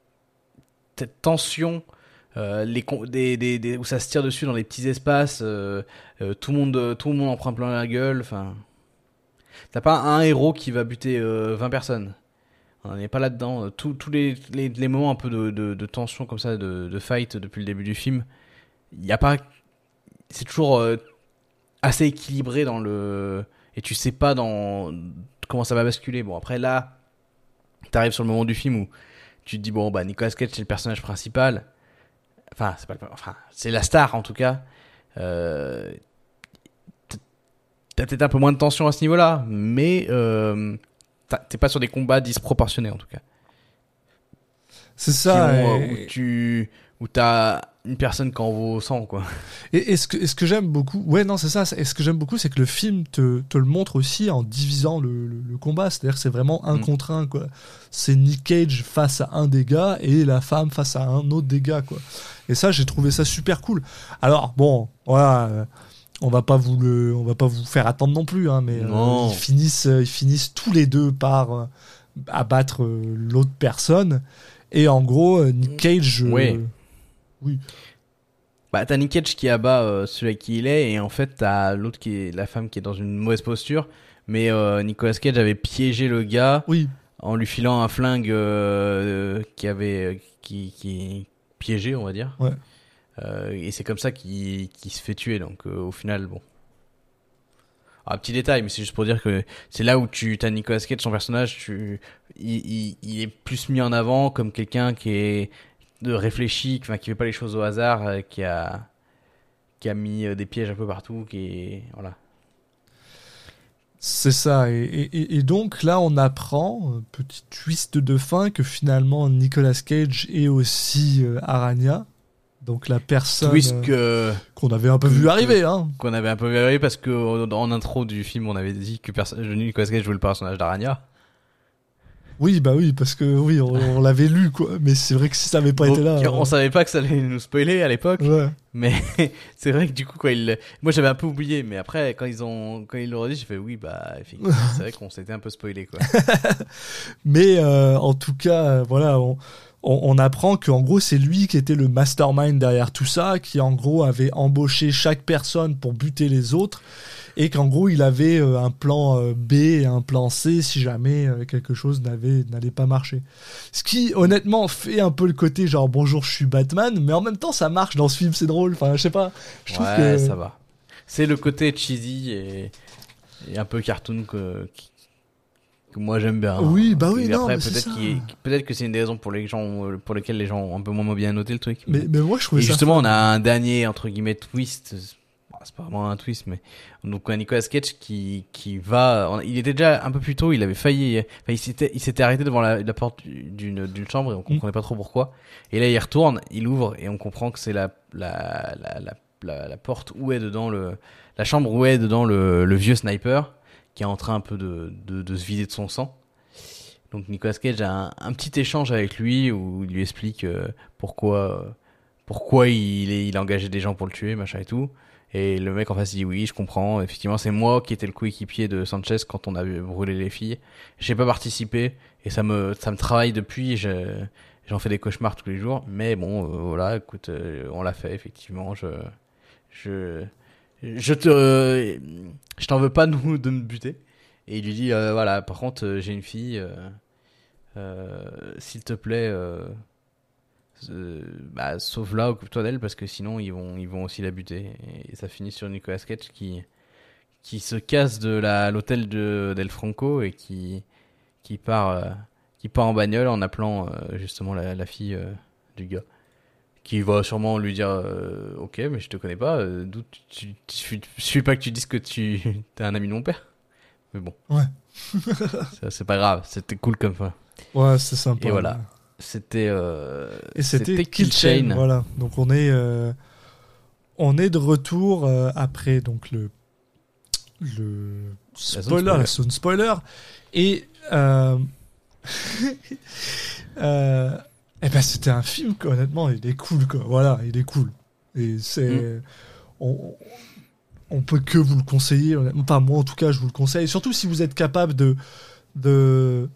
cette tension, euh, les, con- des, des, des- où ça se tire dessus dans les petits espaces, euh, euh, tout, le monde, tout le monde en prend plein la gueule, enfin... T'as pas un héros qui va buter euh, vingt personnes. On n'est pas là-dedans. Tous tous les, les, les moments un peu de, de, de tension comme ça, de, de fight depuis le début du film, il y a pas. C'est toujours euh, assez équilibré dans le. Et tu sais pas dans comment ça va basculer. Bon, après là, t'arrives sur le moment du film où tu te dis bon, bah Nicolas Cage c'est le personnage principal. Enfin, c'est pas le... enfin, c'est la star en tout cas. Euh... T'as peut-être un peu moins de tension à ce niveau-là, mais. Euh... T'es pas sur des combats disproportionnés en tout cas.
C'est
Qui
ça.
ont,
et-
où tu où t'as une personne qui en vaut cent quoi.
Et, et ce que, et ce que j'aime beaucoup, ouais, non, c'est ça. Et ce que j'aime beaucoup, c'est que le film te, te le montre aussi en divisant le, le, le combat. C'est-à-dire que c'est vraiment un
Mm.
contre un, quoi. C'est Nick Cage face à un des gars et la femme face à un autre des gars, quoi. Et ça, j'ai trouvé ça super cool. Alors, bon, voilà. euh, On va pas vous le, on va pas vous faire attendre non plus, hein, mais euh,
Non.
ils finissent, euh, ils finissent tous les deux par euh, abattre euh, l'autre personne. Et en gros, euh, Nick Cage, euh,
Ouais.
oui,
Bah, t'as Nick Cage qui abat euh, celui avec qui il est, et en fait, t'as l'autre qui est la femme qui est dans une mauvaise posture. Mais euh, Nicolas Cage avait piégé le gars
Oui.
en lui filant un flingue euh, qui avait qui qui piégé, on va dire.
Ouais.
Euh, et c'est comme ça qu'il qu'il se fait tuer. Donc euh, au final, bon. Un petit détail, mais c'est juste pour dire que c'est là où tu t'as Nicolas Cage, son personnage, tu il, il, il est plus mis en avant comme quelqu'un qui est de réfléchi, enfin qui fait pas les choses au hasard, euh, qui a qui a mis euh, des pièges un peu partout, qui est voilà.
C'est ça, et, et, et donc là on apprend, un petit twist de fin, que finalement Nicolas Cage est aussi euh, Aranya, donc la personne
Twist
euh,
que
qu'on avait un peu
que-
vu
que-
arriver. Hein.
qu'on avait un peu vu parce que en en intro du film on avait dit que perso- Nicolas Cage jouait le personnage d'Aranya.
Oui, bah oui, parce que oui, on, on l'avait lu, quoi, mais c'est vrai que si ça avait pas
Donc,
été là...
on
euh,
savait pas que ça allait nous spoiler à l'époque,
ouais.
mais c'est vrai que du coup quoi il moi j'avais un peu oublié, mais après quand ils ont quand ils l'ont redit j'ai fait oui bah effectivement c'est vrai qu'on s'était un peu spoilé quoi.
Mais euh, en tout cas, euh, voilà, on, on, on apprend qu'en gros c'est lui qui était le mastermind derrière tout ça, qui en gros avait embauché chaque personne pour buter les autres, et qu'en gros il avait euh, un plan euh, B et un plan C si jamais euh, quelque chose n'avait n'allait pas marcher. Ce qui honnêtement fait un peu le côté genre bonjour je suis Batman, mais en même temps ça marche dans ce film, c'est drôle. Enfin je sais pas, je trouve
Ouais
que
ça va. C'est le côté cheesy et, et un peu cartoon que qui- que moi j'aime bien.
Oui, bah oui,
Et
non,
après
mais c'est
peut-être
ça.
qu'il est- peut-être que c'est une des raisons pour les gens pour lesquelles les gens ont un peu moins bien noté le truc.
mais, mais moi je trouvais
Et
ça
justement,
fun.
on a un dernier, entre guillemets, twist. Bon, c'est pas vraiment un twist, mais. Donc, un Nicolas Cage qui, qui va. on- Il était déjà un peu plus tôt, il avait failli. Enfin, il s'était, il s'était arrêté devant la, la porte d'une, d'une chambre et on comprenait pas trop pourquoi. Et là, il retourne, il ouvre et on comprend que c'est la, la, la, la, la, la porte où est dedans le. La chambre où est dedans le, le vieux sniper qui est en train un peu de, de, de se vider de son sang. Donc Nicolas Cage a un, un petit échange avec lui où il lui explique euh, pourquoi euh, pourquoi il est il a engagé des gens pour le tuer, machin et tout. Et le mec en face dit oui, je comprends. Effectivement, c'est moi qui étais le coéquipier de Sanchez quand on a brûlé les filles. J'ai pas participé et ça me ça me travaille depuis. Je, j'en fais des cauchemars tous les jours. Mais bon, euh, voilà, écoute, euh, on l'a fait effectivement. Je je je te euh, je t'en veux pas nous de me buter. Et il lui dit euh, voilà, par contre euh, j'ai une fille, euh, euh, s'il te plaît, euh, euh, bah, sauve-la, occupe-toi d'elle parce que sinon ils vont ils vont aussi la buter. Et ça finit sur Nicolas Cage qui qui se casse de la l'hôtel de d'El Franco et qui qui part euh, qui part en bagnole en appelant euh, justement la, la fille euh, du gars. Qui va sûrement lui dire euh, ok mais je te connais pas, euh, d'où tu, tu, je suis pas que tu dises que tu t'es un ami de mon père. Mais bon.
Ouais.
Ça, c'est pas grave, c'était cool comme ça.
Ouais, c'est sympa.
Et voilà. C'était euh,
Et c'était Kill Chain, voilà. Donc on est euh, on est de retour euh, après donc le le
zone
spoiler,
spoiler.
la zone spoiler, et euh, euh, et ben c'était un film quoi, honnêtement il est cool quoi. Voilà, il est cool et c'est
Mm.
on, on peut que vous le conseiller. honnêtement. Enfin moi en tout cas je vous le conseille, surtout si vous êtes capable de de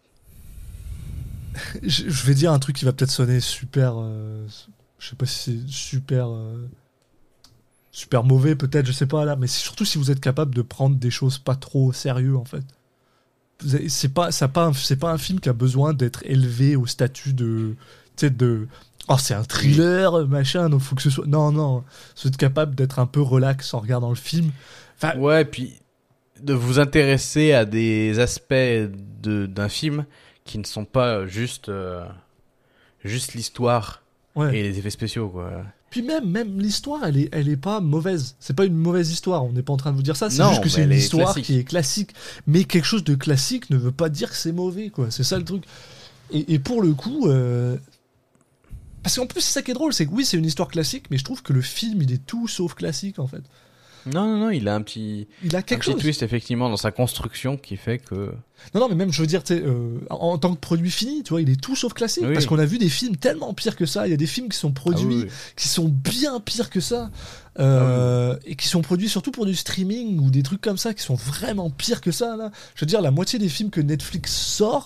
je je vais dire un truc qui va peut-être sonner super euh, je sais pas si c'est super euh, super mauvais peut-être, je sais pas là, mais c'est surtout si vous êtes capable de prendre des choses pas trop au sérieux en fait. Vous avez- c'est pas ça pas un- c'est pas un film qui a besoin d'être élevé au statut de tu sais de oh c'est un thriller machin donc faut que ce soit non non, vous êtes capable d'être un peu relax en regardant le film. Enfin
Ouais, et puis de vous intéresser à des aspects de d'un film qui ne sont pas juste euh, juste l'histoire
ouais.
et les effets spéciaux quoi.
Puis même, même l'histoire, elle est, elle est pas mauvaise. C'est pas une mauvaise histoire. On n'est pas en train de vous dire ça. C'est
Non,
juste que
mais
c'est une
elle est
histoire
classique.
qui est classique. Mais quelque chose de classique ne veut pas dire que c'est mauvais, quoi. C'est ça le truc. Et, et pour le coup, euh... parce qu'en plus c'est ça qui est drôle, c'est que oui, c'est une histoire classique, mais je trouve que le film, il est tout sauf classique en fait.
Non non non, il a un petit
Il a
un
quelque
petit
chose.
twist effectivement dans sa construction qui fait que
Non, non, mais même, je veux dire, tu sais, euh, en, en tant que produit fini, tu vois, il est tout sauf classique.
Oui.
Parce qu'on a vu des films tellement pires que ça. Il y a des films qui sont produits,
Ah oui, oui.
qui sont bien pires que ça. Euh, Et qui sont produits surtout pour du streaming ou des trucs comme ça qui sont vraiment pires que ça, là. Je veux dire, la moitié des films que Netflix sort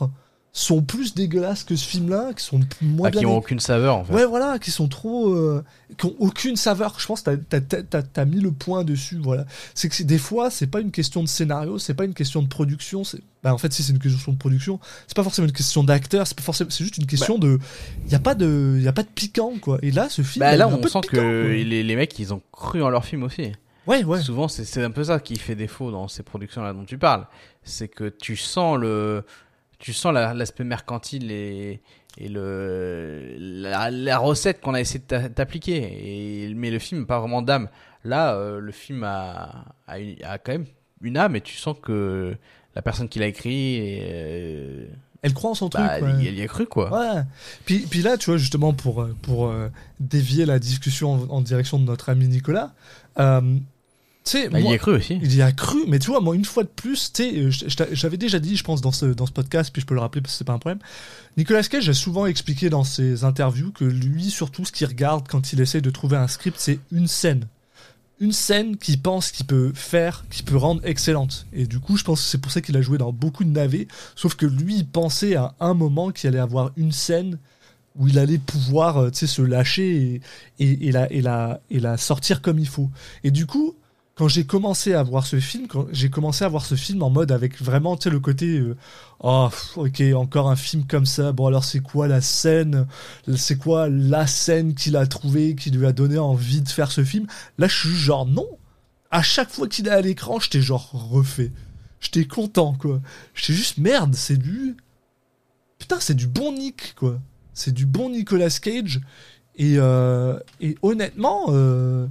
sont plus dégueulasses que ce film-là, qui sont moins
ah,
bien.
Qui ont aucune saveur en fait.
Ouais, voilà, qui sont trop, euh, qui ont aucune saveur. Je pense que t'as, t'as, t'as, t'as mis le point dessus. Voilà, c'est que c'est, des fois, c'est pas une question de scénario, c'est pas une question de production. C'est, bah, en fait, si c'est une question de production, c'est pas forcément une question d'acteur, c'est pas forcément, c'est juste une question bah. de, y a pas de, y a pas de piquant quoi. Et là, ce film,
bah, là,
on
sent piquant, que les, les mecs, ils ont cru en leur film aussi.
Ouais, ouais.
Souvent, c'est, c'est un peu ça qui fait défaut dans ces productions-là dont tu parles. C'est que tu sens le, tu sens la, l'aspect mercantile et, et le, la, la recette qu'on a essayé de t'appliquer. Et, mais le film n'a pas vraiment d'âme. Là, euh, le film a, a, une, a quand même une âme et tu sens que la personne qui l'a écrit et, euh,
elle croit en son
bah,
truc. Ouais.
Elle, elle y a cru, quoi.
Ouais. Puis, puis là, tu vois, justement, pour, pour euh, dévier la discussion en, en direction de notre ami Nicolas, euh, tu sais,
bah, moi, il y a cru aussi.
Il y a cru, mais tu vois, moi, une fois de plus, tu sais, j'avais déjà dit, je pense, dans ce, dans ce podcast, puis je peux le rappeler parce que c'est pas un problème. Nicolas Cage a souvent expliqué dans ses interviews que lui, surtout, ce qu'il regarde quand il essaie de trouver un script, c'est une scène. Une scène qu'il pense qu'il peut faire, qu'il peut rendre excellente. Et du coup, je pense que c'est pour ça qu'il a joué dans beaucoup de navets, sauf que lui, il pensait à un moment qu'il allait avoir une scène où il allait pouvoir, tu sais, se lâcher et, et, et, la, et, la, et la sortir comme il faut. Et du coup, quand j'ai commencé à voir ce film, quand j'ai commencé à voir ce film en mode avec vraiment, tu sais, le côté euh, oh, ok, encore un film comme ça. Bon, alors c'est quoi la scène, c'est quoi la scène qu'il a trouvée, qui lui a donné envie de faire ce film. Là, je suis genre non. À chaque fois qu'il est à l'écran, j'étais genre refait. J'étais content, quoi. J'étais juste merde, c'est du putain, c'est du bon Nick, quoi. C'est du bon Nicolas Cage. Et euh, et honnêtement. Euh,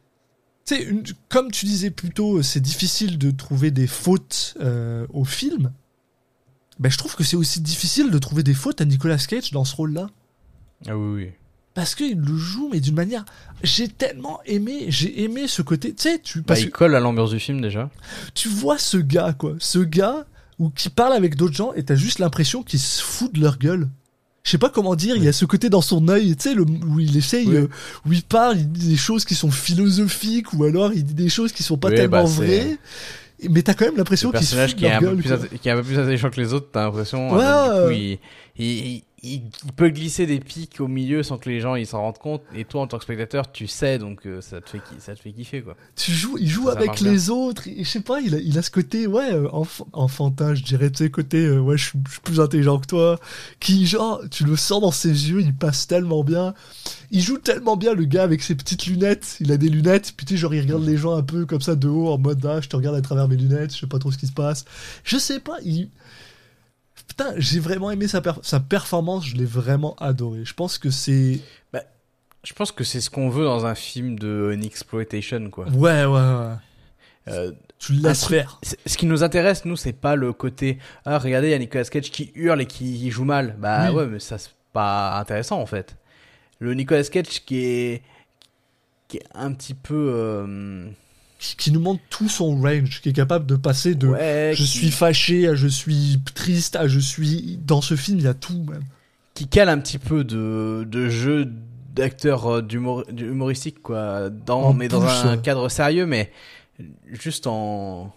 Tu sais, une, comme tu disais plus tôt, c'est difficile de trouver des fautes euh, au film. Ben, je trouve que c'est aussi difficile de trouver des fautes à Nicolas Cage dans ce rôle-là.
Ah oui, oui.
Parce qu'il le joue, mais d'une manière... J'ai tellement aimé, j'ai aimé ce côté... Tu sais, tu...
Bah, il colle à l'ambiance du film, déjà.
Tu vois ce gars, quoi. Ce gars où, qui parle avec d'autres gens et t'as juste l'impression qu'il se fout de leur gueule. Je sais pas comment dire, oui. Il y a ce côté dans son œil, tu sais, le, où il essaye, oui. euh, où il parle, il dit des choses qui sont philosophiques, ou alors il dit des choses qui sont pas oui, tellement bah, vraies. Mais t'as quand même l'impression qu'il se fout de leur gueule. Le personnage
qui est un peu plus intelligent que les autres, t'as l'impression. Ouais. Euh, du coup, il, il, il, il peut glisser des pics au milieu sans que les gens ils s'en rendent compte. Et toi, en tant que spectateur, tu sais, donc euh, ça te fait ça te fait kiffer, quoi.
Tu joues, il joue ça, avec ça les bien. Autres. Et, je sais pas, il a, il a ce côté, ouais, euh, enf- enfantin, je dirais, tu sais, côté, euh, ouais, je suis plus intelligent que toi. Qui, genre, tu le sens dans ses yeux, il passe tellement bien. Il joue tellement bien, le gars, avec ses petites lunettes. Il a des lunettes, puis tu sais, genre, il regarde les gens un peu comme ça de haut, en mode, ah, je te regarde à travers mes lunettes, je sais pas trop ce qui se passe. Je sais pas, il. Putain, j'ai vraiment aimé sa, per- sa performance, je l'ai vraiment adoré. Je pense que c'est...
Bah, je pense que c'est ce qu'on veut dans un film de exploitation, quoi.
Ouais, ouais, ouais.
Euh,
tu le laisses faire.
Ce qui nous intéresse, nous, c'est pas le côté « Ah, regardez, il y a Nicolas Cage qui hurle et qui joue mal. » Bah oui. Ouais, mais ça, c'est pas intéressant, en fait. Le Nicolas Cage qui est, qui est un petit peu... Euh...
qui nous montre tout son range, qui est capable de passer de
ouais,
je
qui...
suis fâché à je suis triste à je suis... Dans ce film, il y a tout, même.
Qui cale un petit peu de, de jeu d'acteur d'humor... humoristique, quoi, dans...
En
mais
plus,
dans un
ouais.
cadre sérieux, mais juste en...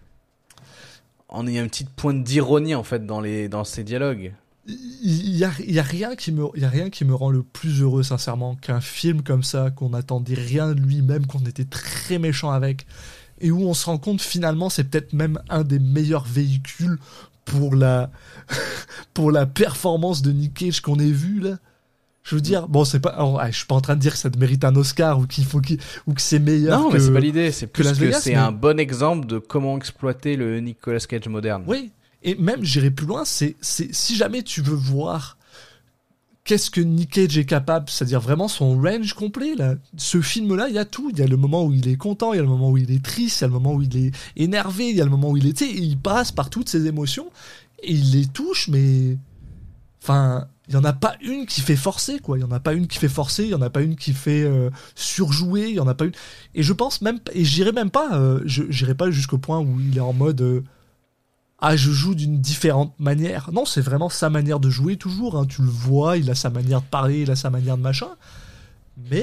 en ayant une petite pointe d'ironie, en fait, dans, les... dans ces dialogues.
Il y a, il y a rien qui me, il y a rien qui me rend le plus heureux, sincèrement, qu'un film comme ça, qu'on n'attendait rien de lui, même qu'on était très méchant avec, et où on se rend compte finalement c'est peut-être même un des meilleurs véhicules pour la, pour la performance de Nick Cage qu'on ait vu là. Je veux dire, bon, c'est pas, alors, je suis pas en train de dire que ça te mérite un Oscar ou qu'il faut qu'il, ou que c'est meilleur.
Non,
que,
mais c'est pas l'idée. C'est plus que, que
Vegas,
c'est
mais...
un bon exemple de comment exploiter le Nicolas Cage moderne.
Oui. Et même, j'irai plus loin, c'est, c'est si jamais tu veux voir qu'est-ce que Nick Cage est capable, c'est-à-dire vraiment son range complet, là. Ce film-là, il y a tout. Il y a le moment où il est content, il y a le moment où il est triste, il y a le moment où il est énervé, il y a le moment où il est... Tu sais, il passe par toutes ses émotions et il les touche, mais... Enfin, il n'y en a pas une qui fait forcer, quoi. Il n'y en a pas une qui fait forcer, il n'y en a pas une qui fait euh, surjouer, il n'y en a pas une... Et je pense même... Et j'irai même pas... Euh, je, j'irai pas jusqu'au point où il est en mode... Euh, ah, je joue d'une différente manière. Non, c'est vraiment sa manière de jouer toujours. Hein. Tu le vois, il a sa manière de parler, il a sa manière de machin. Mais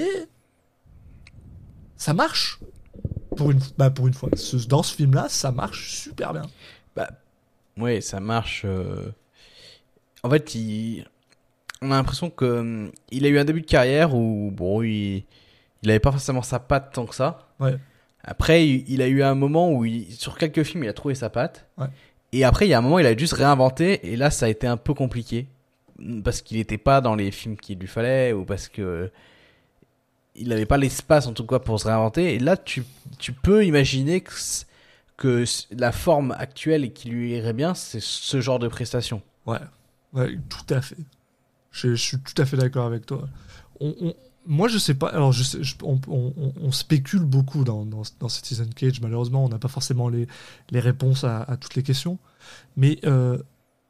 ça marche. Pour une, bah, pour une fois. Ce, dans ce film-là, ça marche super bien.
Bah, oui, ça marche. Euh... en fait, il, on a l'impression que hum, il a eu un début de carrière où bon, il, il avait pas forcément sa patte tant que ça.
Ouais.
Après, il, il a eu un moment où il, sur quelques films, il a trouvé sa patte.
Ouais.
Et après, il y a un moment, il a dû se réinventer. Et là, ça a été un peu compliqué parce qu'il était pas dans les films qu'il lui fallait ou parce que il n'avait pas l'espace en tout cas pour se réinventer. Et là, tu, tu peux imaginer que, que la forme actuelle qui lui irait bien, c'est ce genre de prestation.
Ouais, ouais, tout à fait. Je, je suis tout à fait d'accord avec toi. On, on, moi, je sais pas. Alors, je sais, je, on, on, on spécule beaucoup dans, dans, dans Citizen Cage. Malheureusement, on n'a pas forcément les, les réponses à, à toutes les questions. Mais euh,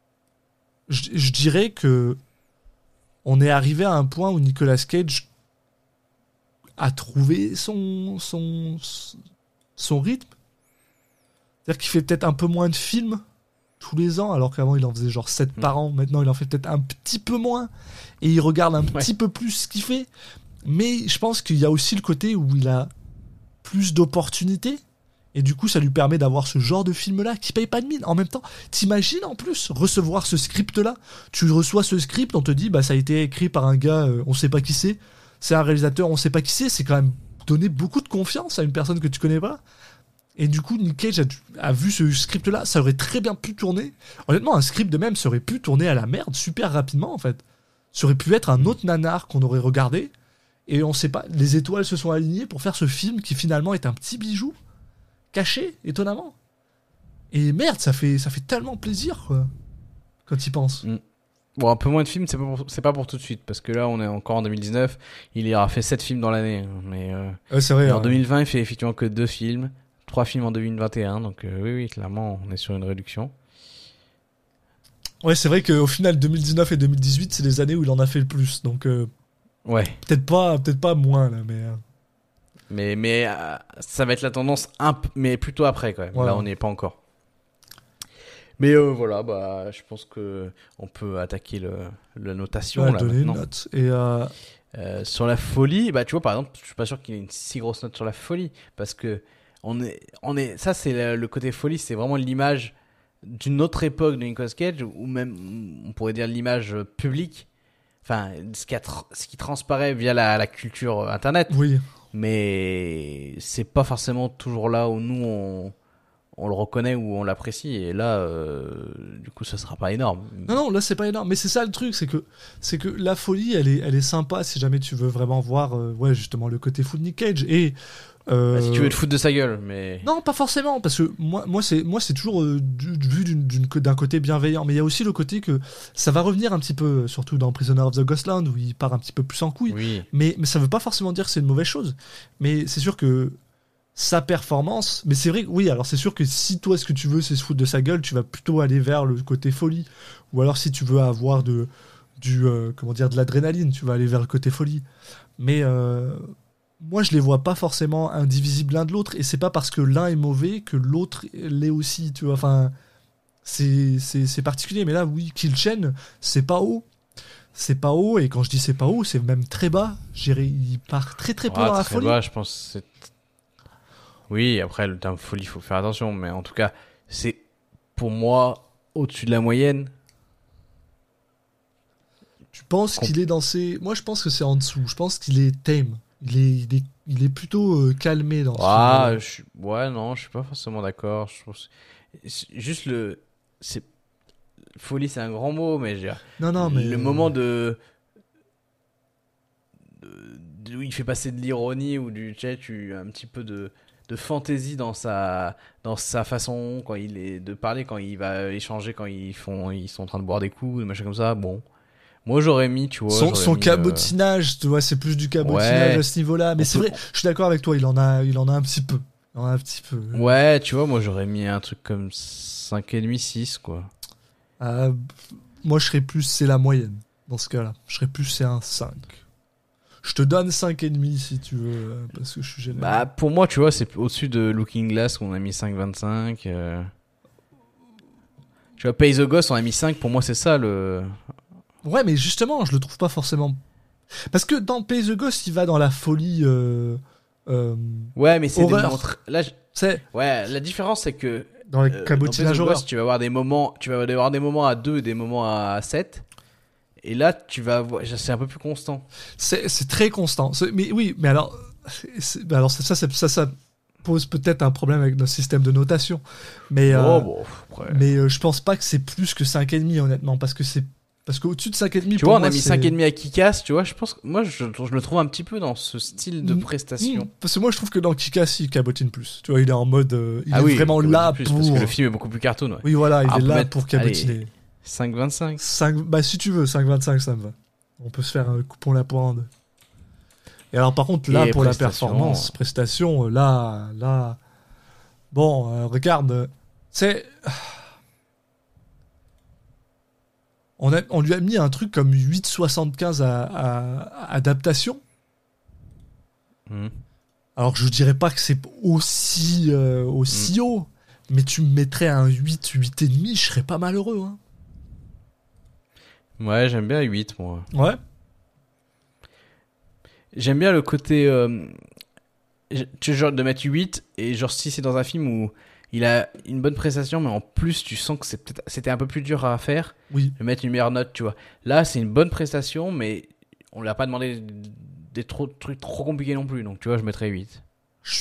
je, je dirais que on est arrivé à un point où Nicolas Cage a trouvé son, son, son rythme. C'est-à-dire qu'il fait peut-être un peu moins de films tous les ans, alors qu'avant il en faisait genre sept mmh. par an. Maintenant il en fait peut-être un petit peu moins. Et il regarde un ouais. petit peu plus ce qu'il fait. Mais je pense qu'il y a aussi le côté où il a plus d'opportunités. Et du coup ça lui permet d'avoir ce genre de film-là qui paye pas de mine. En même temps, t'imagines en plus recevoir ce script-là. Tu reçois ce script, on te dit bah ça a été écrit par un gars, euh, on sait pas qui c'est. C'est un réalisateur, on sait pas qui c'est, c'est quand même donner beaucoup de confiance à une personne que tu connais pas. Et du coup, Nick Cage a, a vu ce script-là, ça aurait très bien pu tourner. Honnêtement, un script de même, ça aurait pu tourner à la merde super rapidement, en fait. Ça aurait pu être un autre nanar qu'on aurait regardé, et on sait pas, les étoiles se sont alignées pour faire ce film qui finalement est un petit bijou, caché, étonnamment. Et merde, ça fait, ça fait tellement plaisir, quoi, quand il pense.
Mm. Bon, un peu moins de films, c'est pas, pour, c'est pas pour tout de suite, parce que là, on est encore en deux mille dix-neuf, il y aura fait sept films dans l'année, mais euh,
ouais, c'est vrai,
en
hein.
deux mille vingt, il fait effectivement que deux films, trois films en deux mille vingt et un, donc euh, oui, oui, clairement, on est sur une réduction.
Ouais, c'est vrai qu'au final, deux mille dix-neuf et deux mille dix-huit, c'est les années où il en a fait le plus, donc euh,
ouais.
peut-être pas, peut-être pas moins, là, mais... Euh...
Mais, mais euh, ça va être la tendance, un p- mais plutôt après, quand même, ouais. Là, on n'y est pas encore. Mais euh, voilà, bah, je pense que on peut attaquer le, la notation
ouais,
là
donner
maintenant.
Une note. Et euh...
Euh, sur la folie, bah tu vois par exemple, je suis pas sûr qu'il ait une si grosse note sur la folie parce que on est, on est, ça c'est le, le côté folie, c'est vraiment l'image d'une autre époque de Nicolas Cage ou même on pourrait dire l'image publique, enfin ce qui, a tra- ce qui transparaît via la, la culture internet.
Oui.
Mais c'est pas forcément toujours là où nous on on le reconnaît ou on l'apprécie et là euh, du coup ça sera pas énorme.
Non non, là c'est pas énorme, mais c'est ça le truc, c'est que c'est que la folie elle est elle est sympa si jamais tu veux vraiment voir euh, ouais justement le côté fou de Nick Cage et euh...
bah, si tu veux te foutre de sa gueule, mais
non pas forcément parce que moi moi c'est moi c'est toujours euh, du, vu d'une, d'une, d'un côté bienveillant, mais il y a aussi le côté que ça va revenir un petit peu surtout dans Prisoner of the Ghostland où il part un petit peu plus en couille.
Oui.
Mais mais ça veut pas forcément dire que c'est une mauvaise chose, mais c'est sûr que sa performance, mais c'est vrai que oui, alors c'est sûr que si toi ce que tu veux c'est se foutre de sa gueule, tu vas plutôt aller vers le côté folie, ou alors si tu veux avoir de du euh, comment dire de l'adrénaline, tu vas aller vers le côté folie. Mais euh, moi je les vois pas forcément indivisibles l'un de l'autre, et c'est pas parce que l'un est mauvais que l'autre l'est aussi, tu vois. Enfin, c'est c'est c'est particulier, mais là oui, Kill Chain, c'est pas haut. C'est pas haut, et quand je dis c'est pas haut, c'est même très bas. J'irai, il part très très peu
ah,
dans la
très
folie.
Bas, je pense que c'est oui, après le terme folie, il faut faire attention, mais en tout cas, c'est pour moi au-dessus de la moyenne.
Tu penses qu'il est dans ses... Moi, je pense que c'est en dessous. Je pense qu'il est tame. Il est, il est, il est plutôt euh, calmé dans ce
ah,
film.
Je... Ouais, non, je suis pas forcément d'accord. Je pense... Juste le... C'est... Folie, c'est un grand mot, mais je veux dire...
Non, non, mais...
Le moment de... de... où il fait passer de l'ironie ou du... Tu sais, tu... un petit peu de... de fantaisie dans sa dans sa façon quand il est de parler, quand il va échanger, quand ils font ils sont en train de boire des coups, des machins comme ça. Bon, moi j'aurais mis, tu vois,
son, son
mis,
cabotinage, euh... tu vois, c'est plus du cabotinage
ouais.
à ce niveau-là. Mais
On
c'est
peut...
vrai, je suis d'accord avec toi. Il en a, il en a un petit peu. Il en a un petit peu.
Ouais, tu vois, moi j'aurais mis un truc comme cinq virgule cinq six quoi.
Euh, moi je serais plus, c'est la moyenne dans ce cas-là. Je serais plus, c'est un cinq. Je te donne cinq virgule cinq si tu veux, parce que je suis généreux.
Bah, pour moi, tu vois, c'est au-dessus de Looking Glass, où on a mis cinq virgule vingt-cinq. Euh... Tu vois, Pay the Ghost, on a mis cinq. Pour moi, c'est ça, le...
Ouais, mais justement, je le trouve pas forcément... Parce que dans Pay the Ghost, il va dans la folie... Euh, euh,
ouais, mais c'est
horreur.
des montres... Là, je...
c'est...
Ouais, la différence, c'est que
Dans les
euh,
cabotinage
dans
horreur.
Ghost, tu vas avoir des moments, tu vas avoir des moments à deux et des moments à sept. Et là, tu vas avoir, c'est un peu plus constant.
C'est, c'est très constant. C'est- mais oui, mais alors, c'est- bah alors ça, ça, ça, ça, ça pose peut-être un problème avec notre système de notation. Mais, euh,
Oh, bon, après.
mais euh, je pense pas que c'est plus que cinq virgule cinq honnêtement, parce que c'est parce qu'au-dessus de cinq virgule cinq
Tu
pour
vois, on
moi,
a mis
c'est-
cinq virgule cinq à Kick-Ass, tu vois, je pense que moi, je, je le trouve un petit peu dans ce style de
Mm,
prestation.
mm, parce que moi je trouve que dans Kick-Ass il cabotine plus. Tu vois, il est en mode, euh, il
ah
est
oui,
vraiment
beaucoup
là
plus,
pour.
Parce que le film est beaucoup plus cartoon, ouais.
Oui, voilà, il
Ah, on
est
peut
là
mettre-
pour cabotiner.
cinq virgule vingt-cinq.
cinq, bah si tu veux, cinq virgule vingt-cinq ça me va. On peut se faire un coupon la poire en deux. Et alors par contre là
Et
pour la
prestation,
performance, prestation, euh, là, là, bon, euh, regarde, euh, c'est, on a, on lui a mis un truc comme huit virgule soixante-quinze à, à- à adaptation.
Mhm.
Alors je dirais pas que c'est aussi euh, aussi haut, mais tu me mettrais un huit, huit et demi, je serais pas malheureux. Hein.
Ouais, j'aime bien huit, moi.
Ouais.
J'aime bien le côté. Euh, je- tu genre de mettre huit, et genre si c'est dans un film où il a une bonne prestation, mais en plus tu sens que c'est peut-être, c'était un peu plus dur à faire,
Oui.
de mettre une meilleure note, tu vois. Là, c'est une bonne prestation, mais on lui a pas demandé des trop, trucs trop compliqués non plus, donc tu vois, je mettrais huit.
Je-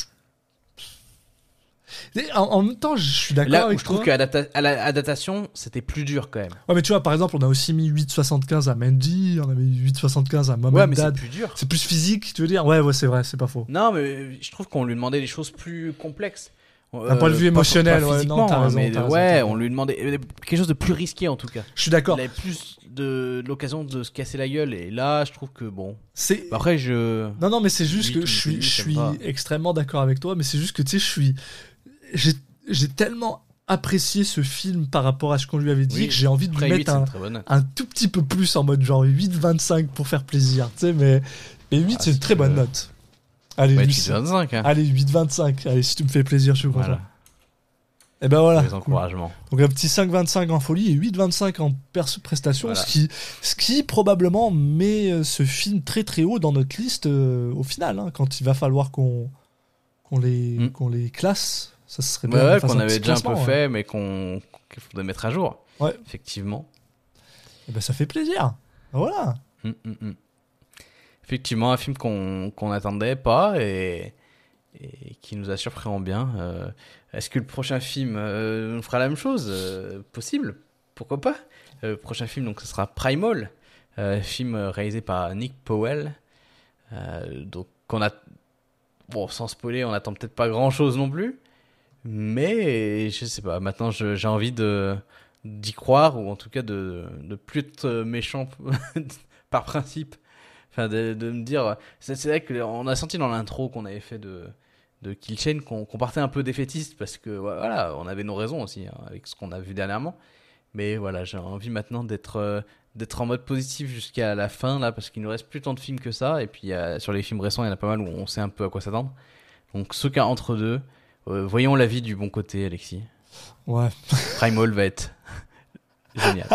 Et En, en même temps, je suis d'accord
Là où
avec
je trouve
toi.
qu'à l'adapta- à l'adaptation, c'était plus dur quand même.
Ouais, mais tu vois, par exemple, on a aussi mis huit virgule soixante-quinze à Mandy, on a mis huit virgule soixante-quinze à Mom
Ouais,
and
mais c'est
Dad.
plus dur.
C'est plus physique, tu veux dire? Ouais, ouais, c'est vrai, c'est pas faux.
Non, mais je trouve qu'on lui demandait des choses plus complexes.
D'un point de vue
pas-
émotionnel,
pas
ouais,
physiquement,
non, t'as
hein,
raison,
mais
t'as raison,
ouais,
t'as raison.
on lui demandait euh, quelque chose de plus risqué en tout cas.
Je suis d'accord.
Il avait plus de l'occasion de se casser la gueule, et là, je trouve que bon.
C'est...
Après, je.
Non, non, mais c'est juste
huit
que
ou
je suis,
huit,
je
ça me
suis
va.
extrêmement d'accord avec toi, mais c'est juste que, tu sais, je suis... J'ai, j'ai tellement apprécié ce film par rapport à ce qu'on lui avait dit
Oui,
que j'ai envie de lui
après
mettre
huit, c'est
un,
une très bonne note.
un tout petit peu plus en mode genre huit virgule vingt-cinq pour faire plaisir, tu sais, mais, mais huit,
Ah,
c'est une
si
très
tu
bonne
veux.
note. Allez,
Ouais,
huit,
tu vingt-cinq, hein.
Allez, huit virgule vingt-cinq. Allez, si tu me fais plaisir, je suis content.
Voilà.
Et ben voilà.
Les encouragements.
Donc un petit cinq virgule vingt-cinq en folie et huit virgule vingt-cinq en pers- prestation,
Voilà.
ce, qui, ce qui probablement met euh, ce film très très haut dans notre liste euh, au final, hein, quand il va falloir qu'on, qu'on, les,
Mm.
qu'on les classe. Ça serait
Ouais,
bien
ouais,
qu'on fasse
qu'on
un
avait
petit
déjà un peu
classement, ouais.
fait, mais qu'on qu'il faudrait mettre à jour.
Ouais.
Effectivement.
Et ben ça fait plaisir. Voilà.
Mm, mm, mm. Effectivement, un film qu'on qu'on n'attendait pas et, et qui nous a surpris en bien. Euh, Est-ce que le prochain film euh, fera la même chose? Euh, Possible, pourquoi pas. Euh, Le prochain film, donc, ce sera Primal, euh, film réalisé par Nick Powell. Euh, donc, on a, bon, sans spoiler, on attend peut-être pas grand-chose non plus, mais je sais pas. Maintenant, je- j'ai envie de d'y croire, ou en tout cas de de plus être méchant par principe. Enfin, de, de me dire, c'est c'est vrai qu'on a senti dans l'intro qu'on avait fait de de Kill Chain qu'on qu'on partait un peu défaitiste, parce que voilà, on avait nos raisons aussi, hein, avec ce qu'on a vu dernièrement. Mais voilà, j'ai envie maintenant d'être euh, d'être en mode positif jusqu'à la fin là, parce qu'il nous reste plus tant de films que ça. Et puis euh, sur les films récents, il y en a pas mal où on sait un peu à quoi s'attendre. Donc ce cas entre deux, euh, voyons la vie du bon côté, Alexis.
Ouais.
Primal va être génial.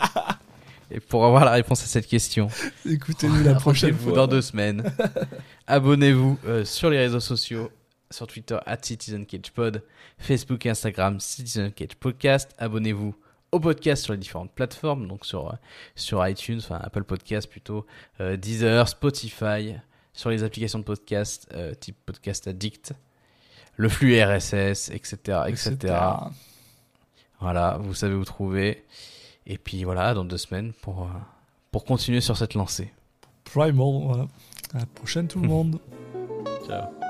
Et pour avoir la réponse à cette question,
Écoutez-nous la prochaine
rendez-vous
fois.
dans deux semaines. Abonnez-vous euh, sur les réseaux sociaux, sur Twitter at Citizen Cage Pod, Facebook et Instagram Citizen Cage Podcast. Abonnez-vous au podcast sur les différentes plateformes, donc sur, euh, sur iTunes, enfin Apple Podcast plutôt, euh, Deezer, Spotify, sur les applications de podcast euh, type Podcast Addict, le flux R S S, et cetera, et cetera. Voilà, vous savez où trouver. Et puis voilà, dans deux semaines pour, euh, pour continuer sur cette lancée.
Primal, voilà. À la prochaine tout le monde.
Ciao.